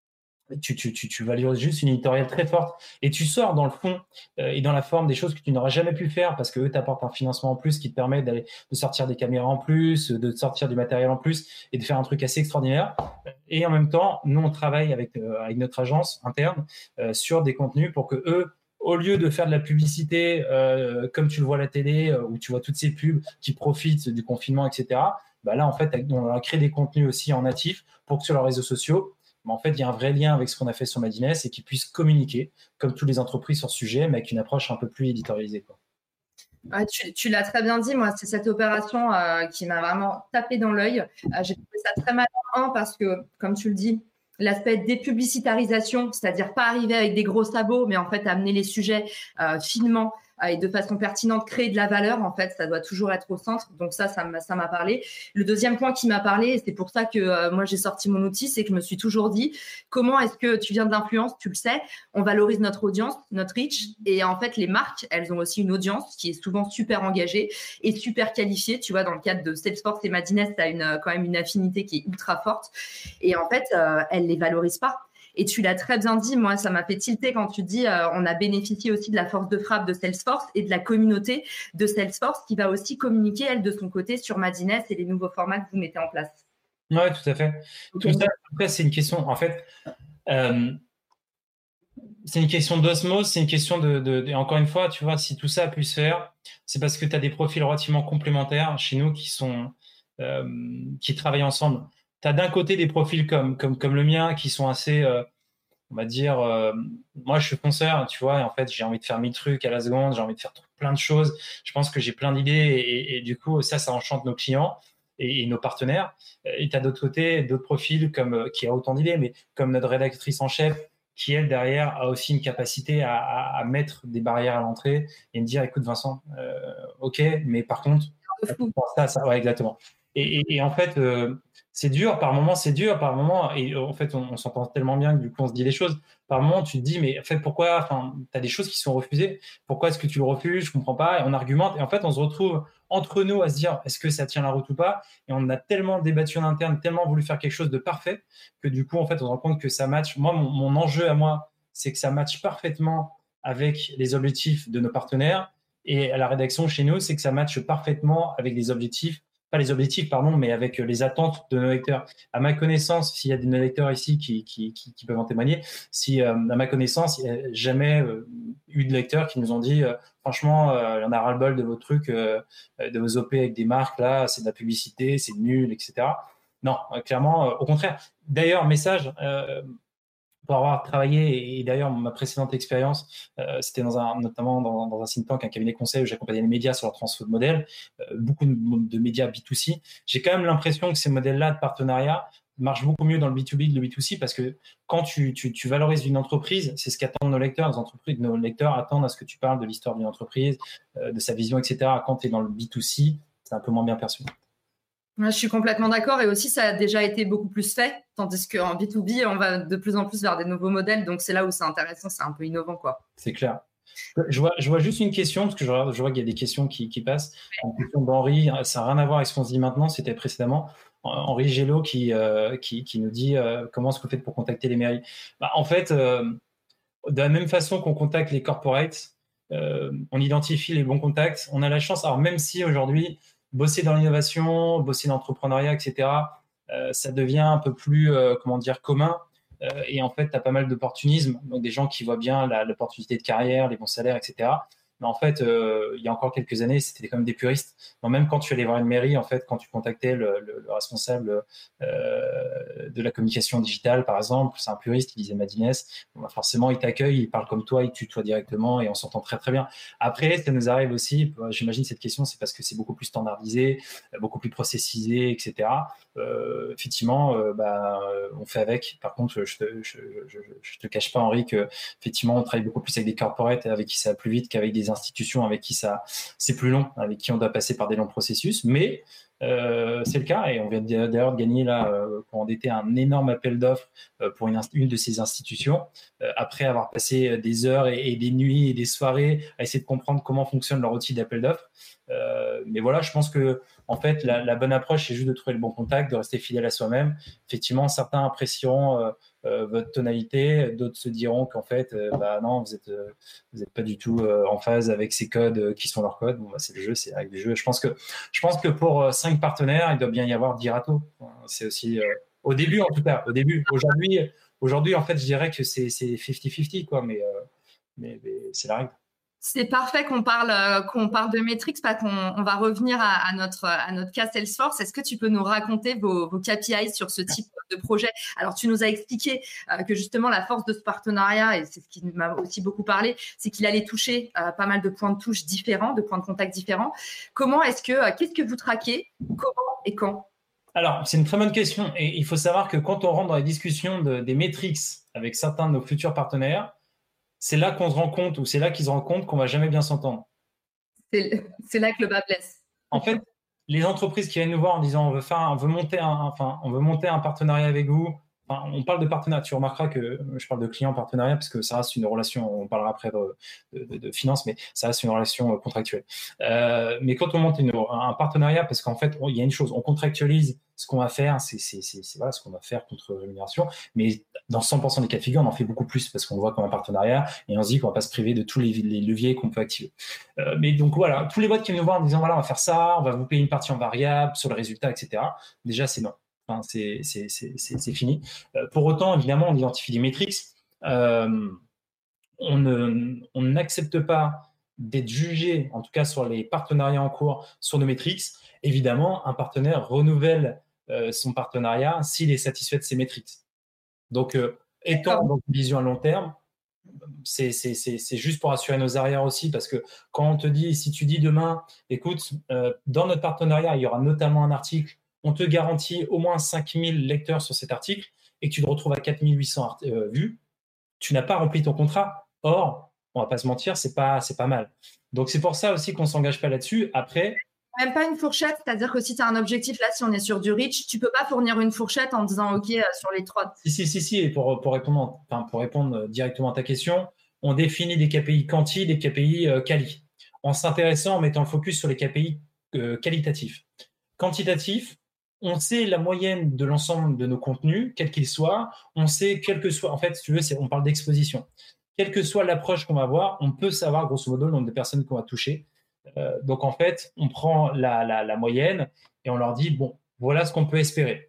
tu, tu, tu, tu valorises juste une éditoriale très forte et tu sors dans le fond euh, et dans la forme des choses que tu n'auras jamais pu faire parce qu'eux t'apportent un financement en plus qui te permet d'aller, de sortir des caméras en plus, de sortir du matériel en plus et de faire un truc assez extraordinaire. Et en même temps, nous, on travaille avec, euh, avec notre agence interne euh, sur des contenus pour que eux, au lieu de faire de la publicité euh, comme tu le vois à la télé, euh, où tu vois toutes ces pubs qui profitent du confinement, et cetera, bah là, en fait, on a créé des contenus aussi en natif pour que sur leurs réseaux sociaux, bah, en fait, il y a un vrai lien avec ce qu'on a fait sur Madines et qu'ils puissent communiquer, comme toutes les entreprises sur ce sujet, mais avec une approche un peu plus éditorialisée, quoi. Ah, tu, tu l'as très bien dit, moi, c'est cette opération euh, qui m'a vraiment tapé dans l'œil. Euh, j'ai trouvé ça très malin, un, parce que, comme tu le dis, l'aspect dépublicitarisation, c'est-à-dire pas arriver avec des gros sabots, mais en fait amener les sujets euh, finement euh, et de façon pertinente, créer de la valeur, en fait, ça doit toujours être au centre. Donc ça, ça m'a, ça m'a parlé. Le deuxième point qui m'a parlé, et c'est pour ça que euh, moi j'ai sorti mon outil, c'est que je me suis toujours dit, comment est-ce que tu viens de l'influence, tu le sais, on valorise notre audience, notre reach, et en fait les marques, elles ont aussi une audience qui est souvent super engagée et super qualifiée. Tu vois, dans le cadre de Salesforce et Madines, tu as une, quand même une affinité qui est ultra forte, et en fait, euh, elles les valorisent pas. Et tu l'as très bien dit, moi, ça m'a fait tilter quand tu dis euh, on a bénéficié aussi de la force de frappe de Salesforce et de la communauté de Salesforce qui va aussi communiquer, elle, de son côté, sur Madines et les nouveaux formats que vous mettez en place. Oui, tout à fait. Okay. Tout ça, après, c'est une question, en fait, euh, c'est une question d'osmose, c'est une question de, de, de, encore une fois, tu vois, si tout ça a pu se faire, c'est parce que tu as des profils relativement complémentaires chez nous qui sont, euh, qui travaillent ensemble. Tu as d'un côté des profils comme, comme, comme le mien qui sont assez, euh, on va dire, euh, moi je suis fonceur, tu vois, et en fait j'ai envie de faire mille trucs à la seconde, j'ai envie de faire plein de choses, je pense que j'ai plein d'idées et, et, et du coup ça, ça enchante nos clients. et, et nos partenaires. Et tu as d'autre côté d'autres profils comme, qui a autant d'idées, mais comme notre rédactrice en chef, qui, elle, derrière, a aussi une capacité à, à, à mettre des barrières à l'entrée et me dire, écoute, Vincent, euh, OK, mais par contre, ça, ça, ouais, exactement. Et, et, et en fait, euh, c'est dur, par moment, c'est dur, par moment, et en fait, on, on s'entend tellement bien que du coup, on se dit les choses. Par moment, tu te dis, mais en fait, pourquoi, enfin, tu as des choses qui sont refusées, pourquoi est-ce que tu le refuses, je comprends pas, et on argumente, et en fait, on se retrouve entre nous à se dire, est-ce que ça tient la route ou pas, et on a tellement débattu en interne, tellement voulu faire quelque chose de parfait, que du coup, en fait, on se rend compte que ça match. Moi, mon, mon enjeu à moi, c'est que ça matche parfaitement avec les objectifs de nos partenaires, et à la rédaction chez nous, c'est que ça matche parfaitement avec les objectifs, pas les objectifs, pardon, mais avec les attentes de nos lecteurs. À ma connaissance, s'il y a des lecteurs ici qui, qui, qui, qui peuvent en témoigner, si euh, à ma connaissance, il n'y a jamais euh, eu de lecteurs qui nous ont dit, euh, franchement, euh, il y en a ras-le-bol de vos trucs, euh, de vos O P avec des marques, là, c'est de la publicité, c'est nul, et cetera. Non, euh, clairement, euh, au contraire. D'ailleurs, message, euh, pour avoir travaillé, et d'ailleurs ma précédente expérience, euh, c'était dans un, notamment dans, dans un think tank, un cabinet conseil où j'accompagnais les médias sur leur transfert de modèle, euh, beaucoup de, de médias B deux C. J'ai quand même l'impression que ces modèles-là de partenariat marchent beaucoup mieux dans le B deux B que le B deux C, parce que quand tu, tu, tu valorises une entreprise, c'est ce qu'attendent nos lecteurs. Les entreprises, nos lecteurs attendent à ce que tu parles de l'histoire d'une entreprise, euh, de sa vision, et cetera. Quand tu es dans le B deux C, c'est un peu moins bien perçu. Je suis complètement d'accord, et aussi ça a déjà été beaucoup plus fait, tandis qu'en B deux B, on va de plus en plus vers des nouveaux modèles, donc c'est là où c'est intéressant, c'est un peu innovant, quoi. C'est clair. Je vois, je vois juste une question, parce que je vois, je vois qu'il y a des questions qui, qui passent. Une question d'Henri, ça n'a rien à voir avec ce qu'on se dit maintenant, c'était précédemment. Henri Gello qui, euh, qui, qui nous dit euh, comment est-ce que vous faites pour contacter les mairies. Bah, en fait, euh, de la même façon qu'on contacte les corporates, euh, on identifie les bons contacts. On a la chance, alors même si aujourd'hui, bosser dans l'innovation, bosser dans l'entrepreneuriat, et cetera, euh, ça devient un peu plus, euh, comment dire, commun. Euh, et en fait, tu as pas mal d'opportunisme, donc des gens qui voient bien la, l'opportunité de carrière, les bons salaires, et cetera. Mais en fait, euh, il y a encore quelques années, c'était quand même des puristes. Donc, même quand tu allais voir une mairie, en fait, quand tu contactais le, le, le responsable euh, de la communication digitale, par exemple, c'est un puriste, il disait Madines, bon, bah forcément, il t'accueille, il parle comme toi, il tutoie directement et on s'entend très, très bien. Après, ça nous arrive aussi, j'imagine cette question, c'est parce que c'est beaucoup plus standardisé, beaucoup plus processisé, et cetera. Euh, effectivement, euh, bah, on fait avec. Par contre, je te, je, je, je te cache pas, Henri, que effectivement, on travaille beaucoup plus avec des corporates avec qui ça va plus vite qu'avec des institutions avec qui ça c'est plus long, avec qui on doit passer par des longs processus. Mais euh, c'est le cas, et on vient d'ailleurs de gagner là euh, pour endetter un énorme appel d'offres euh, pour une, une de ces institutions, euh, après avoir passé des heures et, et des nuits et des soirées à essayer de comprendre comment fonctionne leur outil d'appel d'offres. Euh, mais voilà, je pense que en fait, la, la bonne approche, c'est juste de trouver le bon contact, de rester fidèle à soi-même. Effectivement, certains apprécieront euh, euh, votre tonalité, d'autres se diront qu'en fait, euh, bah non, vous êtes, euh, vous êtes pas du tout euh, en phase avec ces codes euh, qui sont leurs codes. Bon, bah, c'est le jeu, c'est avec des jeux. Je pense que, je pense que pour euh, cinq partenaires, il doit bien y avoir dix râteaux. C'est aussi euh, au début, en tout cas, au début. Aujourd'hui, aujourd'hui, en fait, je dirais que c'est c'est cinquante cinquante, quoi, mais, euh, mais, mais c'est la règle. C'est parfait qu'on parle, euh, qu'on parle de métriques, parce qu'on on va revenir à, à, notre, à notre cas Salesforce. Est-ce que tu peux nous raconter vos, vos K P I sur ce type de projet? Alors, tu nous as expliqué euh, que justement, la force de ce partenariat, et c'est ce qui m'a aussi beaucoup parlé, c'est qu'il allait toucher euh, pas mal de points de touche différents, de points de contact différents. Comment est-ce que, euh, qu'est-ce que vous traquez? Comment et quand? Alors, c'est une très bonne question. Et il faut savoir que quand on rentre dans les discussions de, des métriques avec certains de nos futurs partenaires, c'est là qu'on se rend compte, ou c'est là qu'ils se rendent compte qu'on va jamais bien s'entendre. C'est, c'est là que le bas blesse. En fait, les entreprises qui viennent nous voir en disant on veut faire, on veut monter un, enfin, on veut monter un partenariat avec vous. Enfin, on parle de partenariat. Tu remarqueras que je parle de client partenariat parce que ça reste une relation. On parlera après de, de, de, de finance, mais ça reste une relation contractuelle. Euh, mais quand on monte une, un partenariat, parce qu'en fait, il y a une chose, on contractualise ce qu'on va faire, c'est, c'est, c'est, c'est voilà, ce qu'on va faire contre rémunération. Mais dans cent pour cent des cas de figure, on en fait beaucoup plus parce qu'on le voit comme un partenariat et on se dit qu'on va pas se priver de tous les, les leviers qu'on peut activer. Euh, mais donc voilà, tous les boîtes qui viennent nous voir en disant voilà, on va faire ça, on va vous payer une partie en variable sur le résultat, et cetera. Déjà, c'est non. Enfin, c'est, c'est, c'est, c'est, c'est fini. Euh, pour autant, évidemment, on identifie des métriques. Euh, on, ne, on n'accepte pas d'être jugé, en tout cas sur les partenariats en cours, sur nos métriques. Évidemment, un partenaire renouvelle euh, son partenariat s'il est satisfait de ses métriques. Donc, euh, étant dans une vision à long terme, c'est, c'est, c'est, c'est juste pour assurer nos arrières aussi, parce que quand on te dit, si tu dis demain, écoute, euh, dans notre partenariat, il y aura notamment un article on te garantit au moins cinq mille lecteurs sur cet article et que tu te retrouves à quatre mille huit cents euh, vues, tu n'as pas rempli ton contrat. Or, on va pas se mentir, c'est pas, c'est pas mal. Donc, c'est pour ça aussi qu'on s'engage pas là-dessus. Après, même pas une fourchette, c'est-à-dire que si tu as un objectif, là, si on est sur du reach, tu peux pas fournir une fourchette en disant, OK, euh, sur les trois. Si, si, si, si. Et pour, pour, répondre, enfin, pour répondre directement à ta question, on définit des K P I quanti, des K P I euh, quali, en s'intéressant, en mettant le focus sur les K P I euh, qualitatifs. Quantitatif, on sait la moyenne de l'ensemble de nos contenus, quel qu'il soit. On sait, quel que soit, en fait, si tu veux, c'est, on parle d'exposition. Quelle que soit l'approche qu'on va avoir, on peut savoir, grosso modo, le nombre de personnes qu'on va toucher. Euh, donc, en fait, on prend la, la, la moyenne et on leur dit, bon, voilà ce qu'on peut espérer.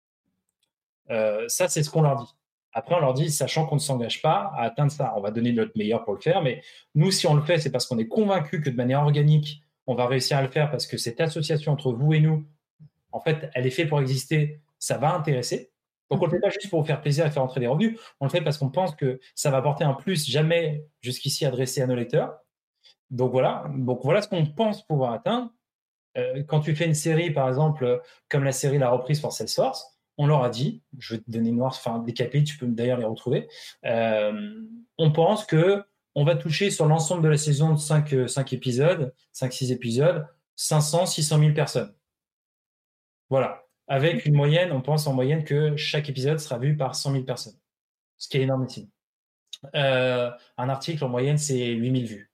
Euh, ça, c'est ce qu'on leur dit. Après, on leur dit, sachant qu'on ne s'engage pas à atteindre ça, on va donner notre meilleur pour le faire. Mais nous, si on le fait, c'est parce qu'on est convaincu que de manière organique, on va réussir à le faire parce que cette association entre vous et nous, en fait, elle est faite pour exister, ça va intéresser. Donc, on ne le fait pas juste pour vous faire plaisir et faire entrer des revenus. On le fait parce qu'on pense que ça va apporter un plus jamais jusqu'ici adressé à nos lecteurs. Donc, voilà. Donc, voilà ce qu'on pense pouvoir atteindre. Euh, quand tu fais une série, par exemple, comme la série La Reprise pour Salesforce, on leur a dit, je vais te donner noir, enfin, des K P I, tu peux d'ailleurs les retrouver. Euh, on pense que on va toucher sur l'ensemble de la saison de cinq, cinq épisodes, cinq six épisodes, cinq cents six cent mille personnes. Voilà. Avec une moyenne, on pense en moyenne que chaque épisode sera vu par cent mille personnes. Ce qui est énorme ici. Euh, un article, en moyenne, c'est huit mille vues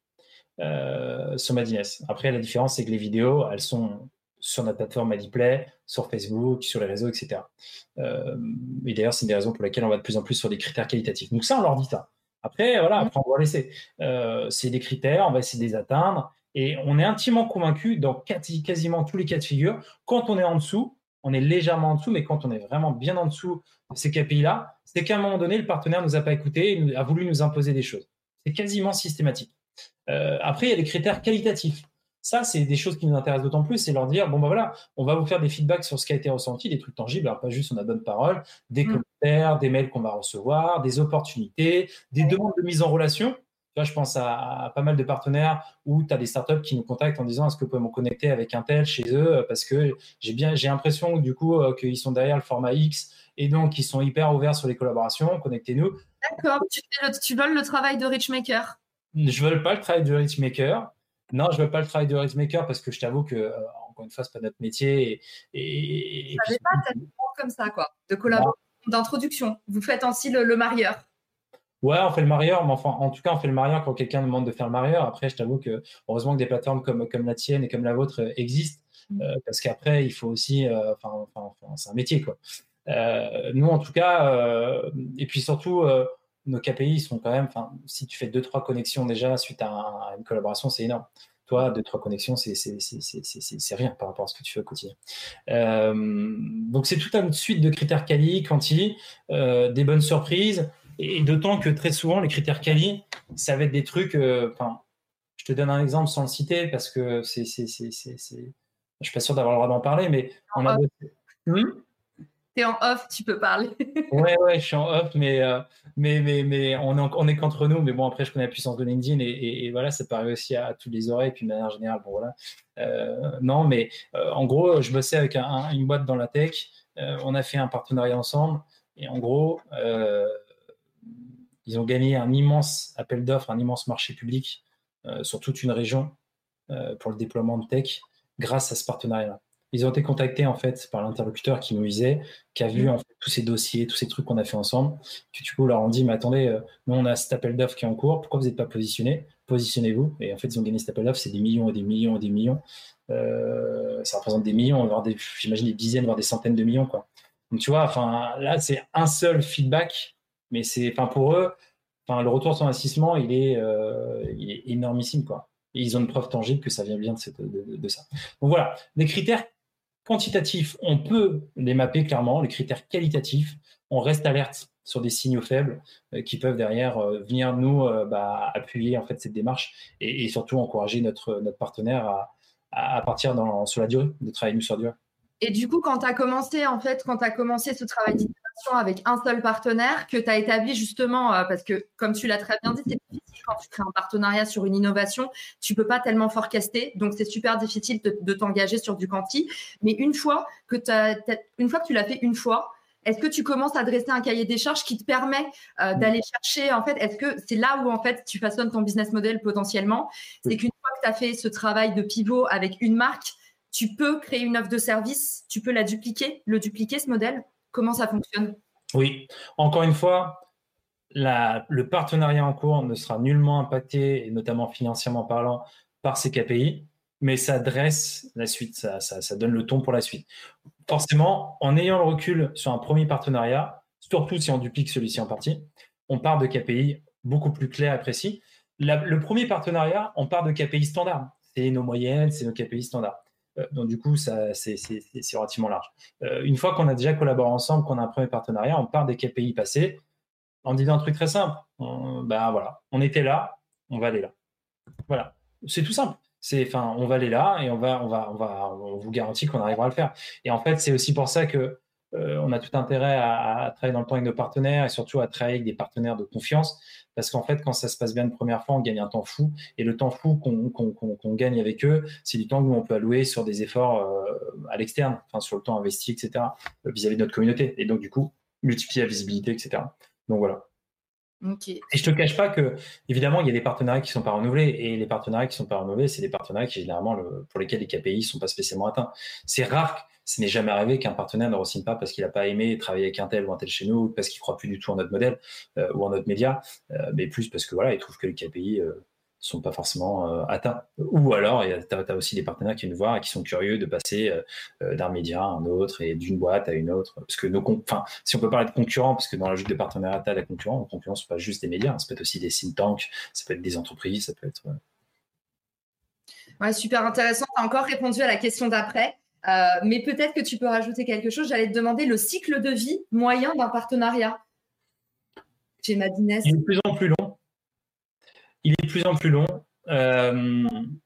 euh, sur Madines. Après, la différence, c'est que les vidéos, elles sont sur notre plateforme Madiplay, sur Facebook, sur les réseaux, et cetera. Euh, et d'ailleurs, c'est une des raisons pour lesquelles on va de plus en plus sur des critères qualitatifs. Donc ça, on leur dit ça. Après, voilà, après, on va laisser. Euh, c'est des critères, on va essayer de les atteindre. Et on est intimement convaincu dans quasiment tous les cas de figure, quand on est en dessous, on est légèrement en dessous, mais quand on est vraiment bien en dessous de ces K P I-là, c'est qu'à un moment donné, le partenaire ne nous a pas écoutés et a voulu nous imposer des choses. C'est quasiment systématique. Euh, après, il y a les critères qualitatifs. Ça, c'est des choses qui nous intéressent d'autant plus, c'est leur dire, bon, ben voilà, on va vous faire des feedbacks sur ce qui a été ressenti, des trucs tangibles, alors pas juste on a bonne parole, des mmh. commentaires, des mails qu'on va recevoir, des opportunités, des demandes de mise en relation. Tu vois, je pense à, à pas mal de partenaires où tu as des startups qui nous contactent en disant, est-ce que vous pouvez me connecter avec un tel chez eux, parce que j'ai bien, j'ai l'impression du coup euh, qu'ils sont derrière le format X et donc ils sont hyper ouverts sur les collaborations, connectez-nous. D'accord, tu, tu veux le travail de Richmaker? Je veux pas le travail de Richmaker. Non, je veux pas le travail de Richmaker parce que je t'avoue que, euh, encore une fois, c'est pas notre métier. Et, et, et puis, pas tellement comme ça, quoi, de collaboration, d'introduction. Vous faites aussi le, le marieur. Ouais, on fait le marieur, mais enfin, en tout cas, on fait le marieur quand quelqu'un demande de faire le marieur. Après, je t'avoue que, heureusement que des plateformes comme, comme la tienne et comme la vôtre euh, existent, mmh. euh, parce qu'après, il faut aussi, euh, enfin, enfin, c'est un métier, quoi. Euh, nous, en tout cas, euh, et puis surtout, euh, nos K P I sont quand même, enfin, si tu fais deux, trois connexions déjà suite à, un, à une collaboration, c'est énorme. Toi, deux, trois connexions, c'est, c'est, c'est, c'est, c'est, c'est rien par rapport à ce que tu fais au quotidien. Euh, donc, c'est toute une suite de critères quali, quanti, euh, des bonnes surprises, et d'autant que très souvent, les critères quali, ça va être des trucs, enfin, euh, je te donne un exemple sans le citer parce que c'est, c'est, c'est, c'est, c'est... je suis pas sûr d'avoir le droit d'en parler, mais on a... Oui. T'es en off, tu peux parler. ouais, ouais, je suis en off, mais, euh, mais, mais, mais on est, on est qu'entre nous. Mais bon, après, je connais la puissance de LinkedIn et, et, et voilà, ça paraît aussi à, à toutes les oreilles. Puis de manière générale, bon voilà. Euh, non, mais euh, en gros, je bossais avec un, un, une boîte dans la tech. Euh, on a fait un partenariat ensemble. Et en gros, euh, ils ont gagné un immense appel d'offres, un immense marché public euh, sur toute une région euh, pour le déploiement de tech grâce à ce partenariat-là. Ils ont été contactés en fait par l'interlocuteur qui nous disait, qui a vu en fait, tous ces dossiers, tous ces trucs qu'on a fait ensemble, que du coup leur ont dit mais attendez, euh, nous on a cet appel d'offres qui est en cours, pourquoi vous n'êtes pas positionné? Positionnez-vous. Et en fait ils ont gagné cet appel d'offres, c'est des millions et des millions et des millions. Euh, ça représente des millions, voire des, j'imagine des dizaines, voire des centaines de millions quoi. Donc tu vois, enfin là c'est un seul feedback, mais c'est, enfin pour eux, enfin le retour sur investissement il est, euh, il est énormissime quoi. Et ils ont une preuve tangible que ça vient bien de, cette, de, de, de ça. Donc voilà, des critères quantitatifs, on peut les mapper clairement. Les critères qualitatifs, on reste alerte sur des signaux faibles euh, qui peuvent derrière euh, venir nous euh, bah, appuyer en fait cette démarche et, et surtout encourager notre, notre partenaire à, à partir dans, sur la durée, de travailler nous sur la durée. Et du coup, quand tu as commencé, en fait, quand tu as commencé ce travail d'itération avec un seul partenaire, que tu as établi justement, euh, parce que comme tu l'as très bien dit, c'est difficile quand tu crées un partenariat sur une innovation, tu peux pas tellement forecaster, donc c'est super difficile de, de t'engager sur du quanti. Mais une fois que, t'as, t'as, une fois que tu l'as fait une fois, est-ce que tu commences à dresser un cahier des charges qui te permet euh, d'aller chercher, en fait, est-ce que c'est là où, en fait, tu façonnes ton business model potentiellement? C'est qu'une fois que tu as fait ce travail de pivot avec une marque, tu peux créer une offre de service, tu peux la dupliquer, le dupliquer, ce modèle? Comment ça fonctionne? Oui, encore une fois, la, le partenariat en cours ne sera nullement impacté, et notamment financièrement parlant, par ces K P I, mais ça dresse la suite, ça, ça, ça donne le ton pour la suite. Forcément, en ayant le recul sur un premier partenariat, surtout si on duplique celui-ci en partie, on part de K P I beaucoup plus clairs et précis. La, le premier partenariat, on part de K P I standards. C'est nos moyennes, c'est nos K P I standards. Euh, donc du coup, ça, c'est, c'est, c'est relativement large. Euh, une fois qu'on a déjà collaboré ensemble, qu'on a un premier partenariat, on part des K P I passés en disant un truc très simple. On, ben voilà, on était là, on va aller là. Voilà, c'est tout simple. C'est, enfin, on va aller là et on va, on va, on va, on vous garantit qu'on arrivera à le faire. Et en fait, c'est aussi pour ça que euh, on a tout intérêt à, à travailler dans le temps avec nos partenaires et surtout à travailler avec des partenaires de confiance. Parce qu'en fait, quand ça se passe bien une première fois, on gagne un temps fou. Et le temps fou qu'on, qu'on, qu'on, qu'on gagne avec eux, c'est du temps que nous, on peut allouer sur des efforts euh, à l'externe, enfin, sur le temps investi, et cetera, vis-à-vis de notre communauté. Et donc, du coup, multiplier la visibilité, et cetera. Donc, voilà. Okay. Et je te cache pas que, évidemment, il y a des partenariats qui sont pas renouvelés. Et les partenariats qui sont pas renouvelés, c'est des partenariats qui, généralement, le, pour lesquels les K P I sont pas spécialement atteints. C'est rare. Ce n'est jamais arrivé qu'un partenaire ne re-signe pas parce qu'il n'a pas aimé travailler avec un tel ou un tel chez nous, parce qu'il ne croit plus du tout en notre modèle euh, ou en notre média, euh, mais plus parce que voilà, il trouve que les K P I ne euh, sont pas forcément euh, atteints. Ou alors, tu as aussi des partenaires qui viennent nous voir et qui sont curieux de passer euh, d'un média à un autre et d'une boîte à une autre. Parce que nos con- enfin, si on peut parler de concurrents, parce que dans la logique de partenariat, tu as la concurrence, la concurrence, ce n'est pas juste des médias, hein, ça peut être aussi des think tanks, ça peut être des entreprises, ça peut être. Ouais, ouais, super intéressant. Tu as encore répondu à la question d'après. Euh, mais peut-être que tu peux rajouter quelque chose. J'allais te demander le cycle de vie moyen d'un partenariat chez Madines. Il est de plus en plus long. Il est de plus en plus long. Euh...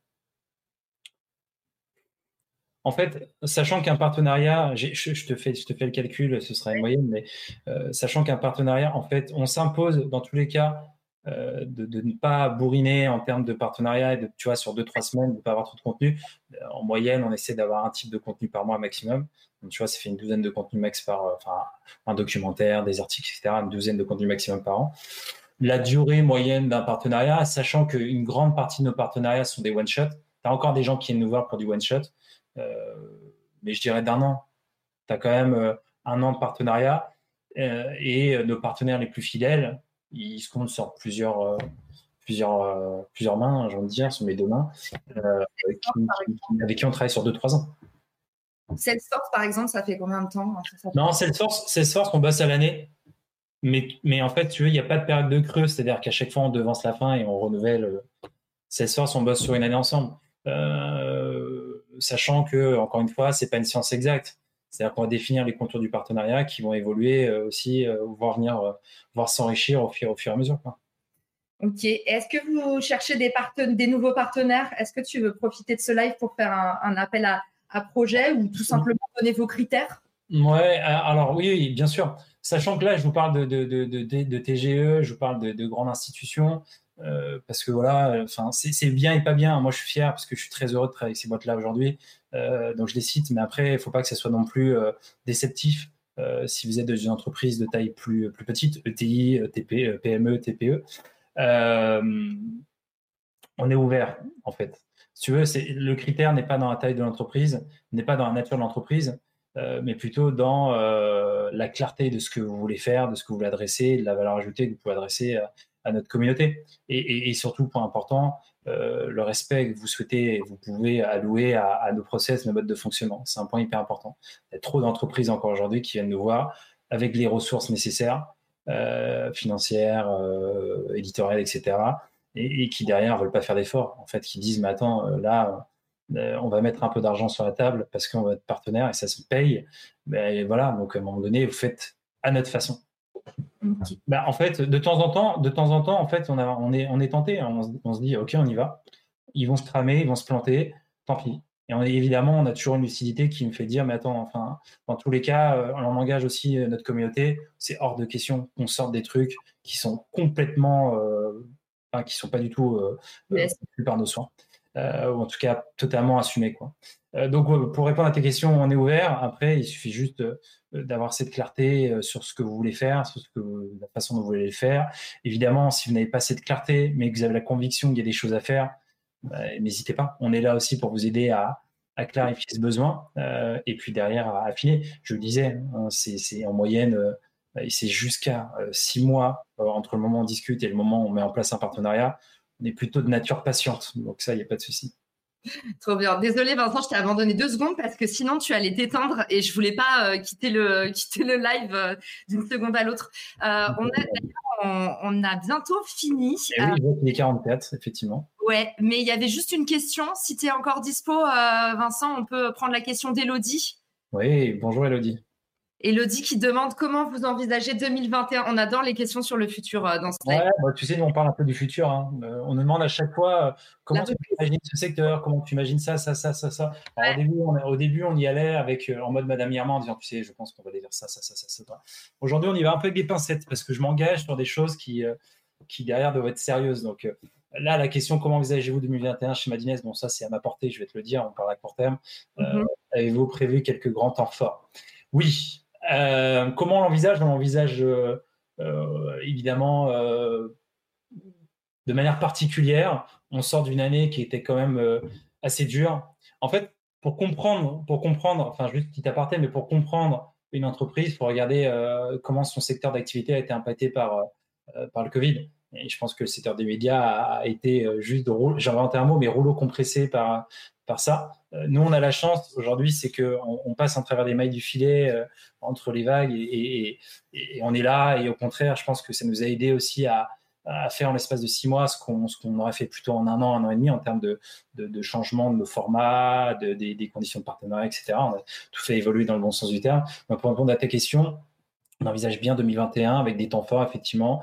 En fait, sachant qu'un partenariat, je, je, te fais, je te fais le calcul, ce sera une moyenne, mais euh, sachant qu'un partenariat, en fait, on s'impose dans tous les cas euh, de, de ne pas bourriner en termes de partenariat et de, tu vois, sur deux, trois semaines, de ne pas avoir trop de contenu. En moyenne, on essaie d'avoir un type de contenu par mois maximum. Donc, tu vois, ça fait une douzaine de contenus max par, enfin, un documentaire, des articles, et cetera, une douzaine de contenus maximum par an. La durée moyenne d'un partenariat, sachant qu'une grande partie de nos partenariats sont des one-shot. Tu as encore des gens qui viennent nous voir pour du one-shot. Euh, mais je dirais d'un an. Tu as quand même euh, un an de partenariat euh, et euh, nos partenaires les plus fidèles, ils se comptent sur plusieurs, euh, plusieurs, euh, plusieurs mains, j'ai envie de dire, sur mes deux mains, euh, qui, qui, avec qui on travaille sur deux trois ans. Salesforce, par exemple, ça fait combien de temps? Ça Non, Salesforce, Salesforce, on bosse à l'année. Mais, mais en fait, tu veux, il n'y a pas de période de creux, c'est-à-dire qu'à chaque fois, on devance la fin et on renouvelle. Salesforce, on bosse sur une année ensemble. Euh, sachant que, encore une fois, c'est pas une science exacte. C'est-à-dire qu'on va définir les contours du partenariat qui vont évoluer euh, aussi, euh, voire venir, euh, voire s'enrichir au fur, au fur et à mesure, quoi. Ok. Est-ce que vous cherchez des, parten- des nouveaux partenaires? Est-ce que tu veux profiter de ce live pour faire un, un appel à, à projet ou tout simplement donner vos critères? Ouais, alors oui, oui, bien sûr. Sachant que là, je vous parle de, de, de, de, de T G E, je vous parle de, de grandes institutions. Euh, parce que voilà, enfin, c'est, c'est bien et pas bien. Moi, je suis fier parce que je suis très heureux de travailler avec ces boîtes-là aujourd'hui. Euh, donc, je les cite, mais après, il ne faut pas que ça soit non plus euh, déceptif. Euh, si vous êtes dans une entreprise de taille plus, plus petite, E T I, T P, P M E, T P E, euh, on est ouvert, en fait. Si tu veux, c'est, le critère n'est pas dans la taille de l'entreprise, n'est pas dans la nature de l'entreprise, euh, mais plutôt dans euh, la clarté de ce que vous voulez faire, de ce que vous voulez adresser, de la valeur ajoutée que vous pouvez adresser à, à notre communauté. Et, et, et surtout, point important, euh, le respect que vous souhaitez, vous pouvez allouer à, à nos process, nos modes de fonctionnement. C'est un point hyper important. Il y a trop d'entreprises encore aujourd'hui qui viennent nous voir avec les ressources nécessaires, euh, financières, euh, éditoriales, et cetera, et, et qui derrière ne veulent pas faire d'efforts. En fait, qui disent, mais attends, là, euh, on va mettre un peu d'argent sur la table parce qu'on va être partenaire et ça se paye. Ben, voilà, donc à un moment donné, vous faites à notre façon. Okay. Ben, en fait, de temps en temps, de temps en temps, en fait, on, a, on, est, on est tenté, on, on se dit, ok, on y va. Ils vont se cramer, ils vont se planter, tant pis. Et on, évidemment, on a toujours une lucidité qui me fait dire, mais attends, enfin, dans tous les cas, euh, on engage aussi notre communauté. C'est hors de question qu'on sorte des trucs qui sont complètement, euh, enfin, qui sont pas du tout euh, Yes. euh, par nos soins, euh, ou en tout cas totalement assumés, quoi. Euh, donc, ouais, pour répondre à tes questions, on est ouvert. Après, il suffit juste euh, d'avoir cette clarté euh, sur ce que vous voulez faire, sur ce que vous, la façon dont vous voulez le faire. Évidemment, si vous n'avez pas cette clarté, mais que vous avez la conviction qu'il y a des choses à faire, bah, n'hésitez pas. On est là aussi pour vous aider à, à clarifier ce besoin euh, et puis derrière à affiner. Je le disais, hein, c'est, c'est en moyenne, euh, c'est jusqu'à euh, six mois euh, entre le moment où on discute et le moment où on met en place un partenariat. On est plutôt de nature patiente, donc ça, il n'y a pas de souci. Trop bien. Désolée Vincent, je t'ai abandonné deux secondes parce que sinon tu allais t'éteindre et je voulais pas euh, quitter le quitter le live euh, d'une seconde à l'autre. Euh, on, a, on, on a bientôt fini. Et oui, je vois qu'il est quarante-quatre, effectivement. Ouais, mais il y avait juste une question. Si tu es encore dispo, euh, Vincent, on peut prendre la question d'Élodie. Oui, bonjour Élodie. Élodie qui demande comment vous envisagez deux mille vingt et un. On adore les questions sur le futur euh, dans ce live. Ouais, bah, tu sais, nous on parle un peu du futur. Hein. Euh, on nous demande à chaque fois euh, comment la tu imagines ce secteur, comment tu imagines ça, ça, ça, ça, ça. Alors, ouais. au, début, on, au début, on y allait avec euh, en mode Madame Irma en disant, tu sais, je pense qu'on va aller vers ça, ça, ça, ça, ça. Aujourd'hui, on y va un peu avec des pincettes parce que je m'engage sur des choses qui, euh, qui derrière doivent être sérieuses. Donc euh, là, la question comment envisagez-vous deux mille vingt et un chez Madines, bon, ça c'est à ma portée, je vais te le dire, on parle à court terme. Euh, mm-hmm. Avez-vous prévu quelques grands temps forts? Oui. Euh, comment on l'envisage? On l'envisage euh, euh, évidemment euh, de manière particulière. On sort d'une année qui était quand même euh, assez dure. En fait, pour comprendre, pour comprendre, enfin juste petit aparté, mais pour comprendre une entreprise, il faut regarder euh, comment son secteur d'activité a été impacté par, euh, par le Covid. Et je pense que le secteur des médias a, a été euh, juste, j'ai inventé un mot, mais rouleau compressé par, par ça. Euh, nous, on a la chance aujourd'hui, c'est qu'on on passe en travers des mailles du filet euh, entre les vagues et, et, et, et on est là. Et au contraire, je pense que ça nous a aidé aussi à, à faire en l'espace de six mois ce qu'on, ce qu'on aurait fait plutôt en un an, un an et demi en termes de, de, de changement de nos formats, de, des, des conditions de partenariat, et cetera. On a tout fait évoluer dans le bon sens du terme. Donc, pour répondre à ta question, on envisage bien deux mille vingt et un avec des temps forts, effectivement.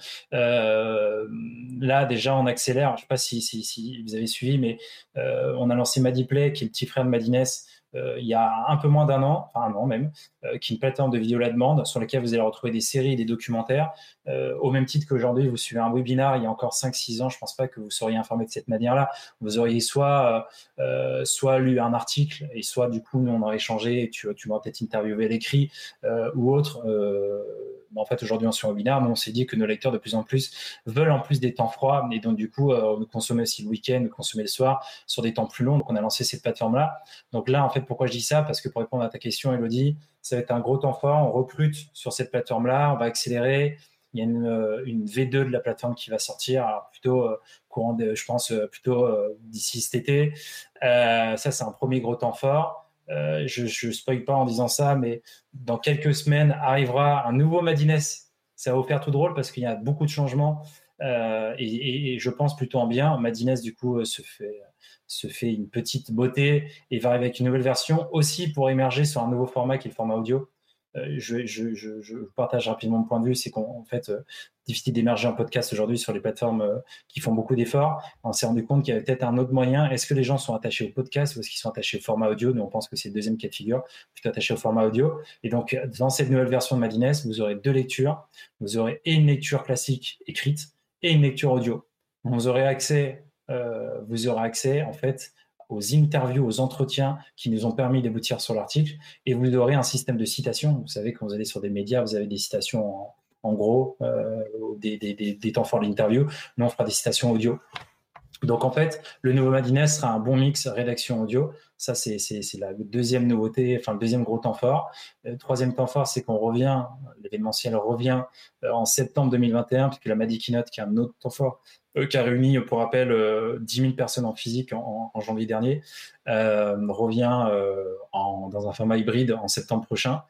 Euh, là, déjà, on accélère. Je ne sais pas si, si, si vous avez suivi, mais euh, on a lancé Madiplay, qui est le petit frère de Madines, euh, il y a un peu moins d'un an, enfin un an même, euh, qui est une plateforme de vidéo à la demande sur laquelle vous allez retrouver des séries et des documentaires. Euh, au même titre qu'aujourd'hui, vous suivez un webinar, il y a encore cinq six ans, je ne pense pas que vous seriez informé de cette manière-là. Vous auriez soit, euh, soit lu un article, et soit, du coup, nous, on aurait échangé, et tu, tu m'aurais peut-être interviewé à l'écrit euh, ou autre. Euh, mais en fait, aujourd'hui, on est sur un webinaire, mais on s'est dit que nos lecteurs, de plus en plus, veulent en plus des temps froids, et donc, du coup, euh, nous consommer aussi le week-end, nous consommer le soir, sur des temps plus longs. Donc, on a lancé cette plateforme-là. Donc là, en fait, pourquoi je dis ça? Parce que pour répondre à ta question, Élodie, ça va être un gros temps fort. On recrute sur cette plateforme-là, on va accélérer. Il y a une, une V deux de la plateforme qui va sortir, alors plutôt euh, courant, de, je pense, euh, plutôt euh, d'ici cet été. Euh, ça, c'est un premier gros temps fort. Euh, je ne spoil pas en disant ça, mais dans quelques semaines arrivera un nouveau Madines. Ça va vous faire tout drôle parce qu'il y a beaucoup de changements euh, et, et, et je pense plutôt en bien. Madines, du coup, euh, se fait, se fait une petite beauté et va arriver avec une nouvelle version aussi pour émerger sur un nouveau format qui est le format audio. Euh, je, je, je, je partage rapidement mon point de vue, c'est qu'en fait, euh, difficile d'émerger un podcast aujourd'hui sur les plateformes euh, qui font beaucoup d'efforts. On s'est rendu compte qu'il y avait peut-être un autre moyen. Est-ce que les gens sont attachés au podcast ou est-ce qu'ils sont attachés au format audio? Nous, on pense que c'est le deuxième cas de figure, plutôt attachés au format audio. Et donc, dans cette nouvelle version de Madines, vous aurez deux lectures. Vous aurez et une lecture classique écrite et une lecture audio. Vous aurez accès, euh, vous aurez accès, en fait, aux interviews, aux entretiens qui nous ont permis d'aboutir sur l'article. Et vous aurez un système de citation. Vous savez, quand vous allez sur des médias, vous avez des citations en, en gros, euh, des, des, des, des temps forts de l'interview. Nous, on fera des citations audio. Donc, en fait, le nouveau Madines sera un bon mix rédaction audio. Ça, c'est, c'est, c'est la deuxième nouveauté, enfin, le deuxième gros temps fort. Le troisième temps fort, c'est qu'on revient, l'événementiel revient en septembre deux mille vingt et un, puisque la Madi Keynote, qui est un autre temps fort, Euh, qui a réuni, pour rappel, euh, dix mille personnes en physique en, en janvier dernier, euh, revient euh, en, dans un format hybride en septembre prochain.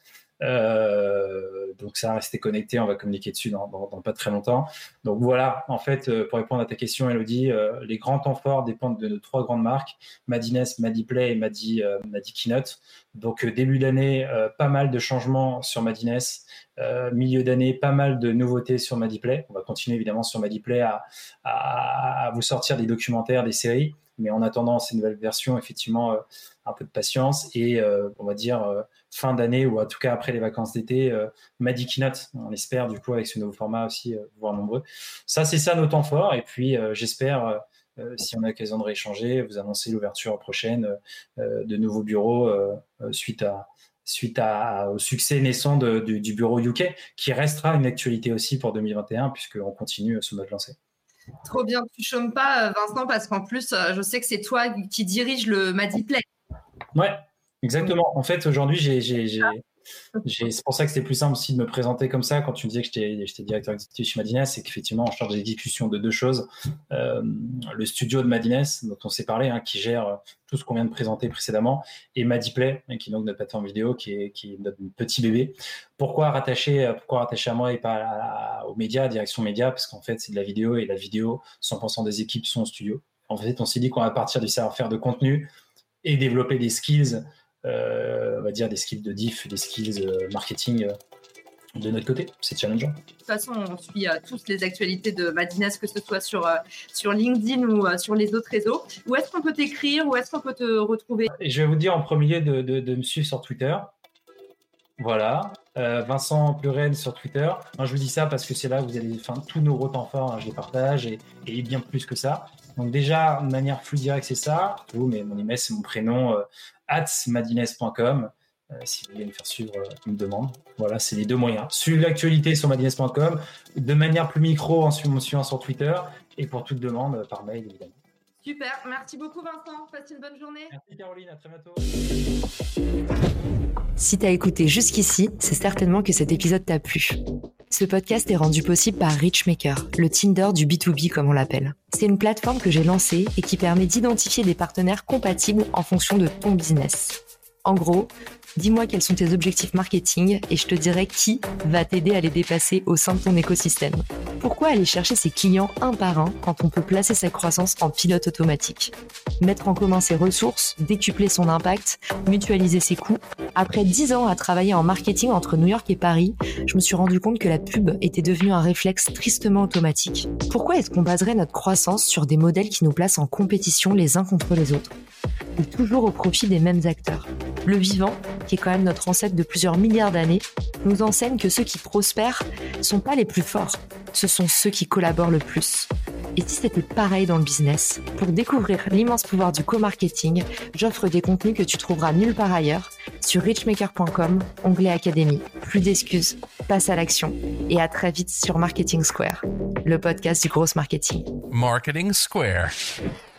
Euh, donc ça, restez connecté, on va communiquer dessus dans, dans, dans pas très longtemps. Donc voilà, en fait, euh, pour répondre à ta question, Élodie, euh, les grands temps forts dépendent de nos trois grandes marques, Madines, Madiplay et Madi, euh, Madi Keynote. Donc euh, début d'année, euh, pas mal de changements sur Madines. Euh, milieu d'année, pas mal de nouveautés sur Madiplay. On va continuer évidemment sur Madiplay à, à, à vous sortir des documentaires, des séries. Mais en attendant ces nouvelles versions, effectivement, euh, un peu de patience et euh, on va dire euh, fin d'année ou en tout cas après les vacances d'été, euh, Madi Keynote. On espère du coup avec ce nouveau format aussi euh, voir nombreux. Ça, c'est ça nos temps forts. Et puis euh, j'espère, euh, si on a l'occasion de rééchanger, vous annoncer l'ouverture prochaine euh, de nouveaux bureaux euh, suite à suite à, au succès naissant de, de, du bureau U K, qui restera une actualité aussi pour deux mille vingt et un puisqu'on continue ce mode lancé. Trop bien, tu chômes pas Vincent, parce qu'en plus je sais que c'est toi qui dirige le Madiplay. Ouais, exactement. En fait, aujourd'hui, j'ai, j'ai, j'ai, j'ai, c'est pour ça que c'était plus simple aussi de me présenter comme ça quand tu me disais que j'étais, j'étais directeur exécutif chez Madines, c'est qu'effectivement, on charge l'exécution de deux choses. Euh, le studio de Madines, dont on s'est parlé, hein, qui gère tout ce qu'on vient de présenter précédemment, et Madiplay, qui est donc notre plateforme vidéo, qui est, qui est notre petit bébé. Pourquoi rattacher, pourquoi rattacher à moi et pas à, à, aux médias, direction médias? Parce qu'en fait, c'est de la vidéo, et la vidéo, cent pour cent des équipes sont au studio. En fait, on s'est dit qu'on va partir du savoir-faire de contenu et développer des skills, euh, on va dire des skills de diff, des skills euh, marketing euh, de notre côté. C'est challengeant. De toute façon, on suit euh, tous les actualités de Madines, que ce soit sur, euh, sur LinkedIn ou euh, sur les autres réseaux. Où est-ce qu'on peut t'écrire? Où est-ce qu'on peut te retrouver? Et je vais vous dire en premier de, de, de me suivre sur Twitter. Voilà, euh, Vincent Pleuren sur Twitter. Moi, je vous dis ça parce que c'est là où vous avez enfin, tous nos gros temps forts, hein, je les partage et, et bien plus que ça. Donc déjà, de manière plus directe, c'est ça. Tout, mais mon email, c'est mon prénom, euh, at madines point com. Euh, si vous voulez me faire suivre euh, une demande. Voilà, c'est les deux moyens. Suivre l'actualité sur madines point com, de manière plus micro en me suivant sur Twitter, et pour toute demande, euh, par mail, évidemment. Super, merci beaucoup Vincent, passe une bonne journée. Merci Caroline, à très bientôt. Si t'as écouté jusqu'ici, c'est certainement que cet épisode t'a plu. Ce podcast est rendu possible par Richmaker, le Tinder du B deux B comme on l'appelle. C'est une plateforme que j'ai lancée et qui permet d'identifier des partenaires compatibles en fonction de ton business. En gros, dis-moi quels sont tes objectifs marketing et je te dirai qui va t'aider à les dépasser au sein de ton écosystème. Pourquoi aller chercher ses clients un par un quand on peut placer sa croissance en pilote automatique? Mettre en commun ses ressources, décupler son impact, mutualiser ses coûts. Après dix ans à travailler en marketing entre New York et Paris, je me suis rendu compte que la pub était devenue un réflexe tristement automatique. Pourquoi est-ce qu'on baserait notre croissance sur des modèles qui nous placent en compétition les uns contre les autres? Et toujours au profit des mêmes acteurs. Le vivant, qui est quand même notre ancêtre de plusieurs milliards d'années, nous enseigne que ceux qui prospèrent sont pas les plus forts, ce sont ceux qui collaborent le plus. Et si c'était pareil dans le business? Pour découvrir l'immense pouvoir du co-marketing, j'offre des contenus que tu trouveras nulle part ailleurs sur richmaker point com, onglet Académie. Plus d'excuses, passe à l'action et à très vite sur Marketing Square, le podcast du gros marketing. Marketing Square.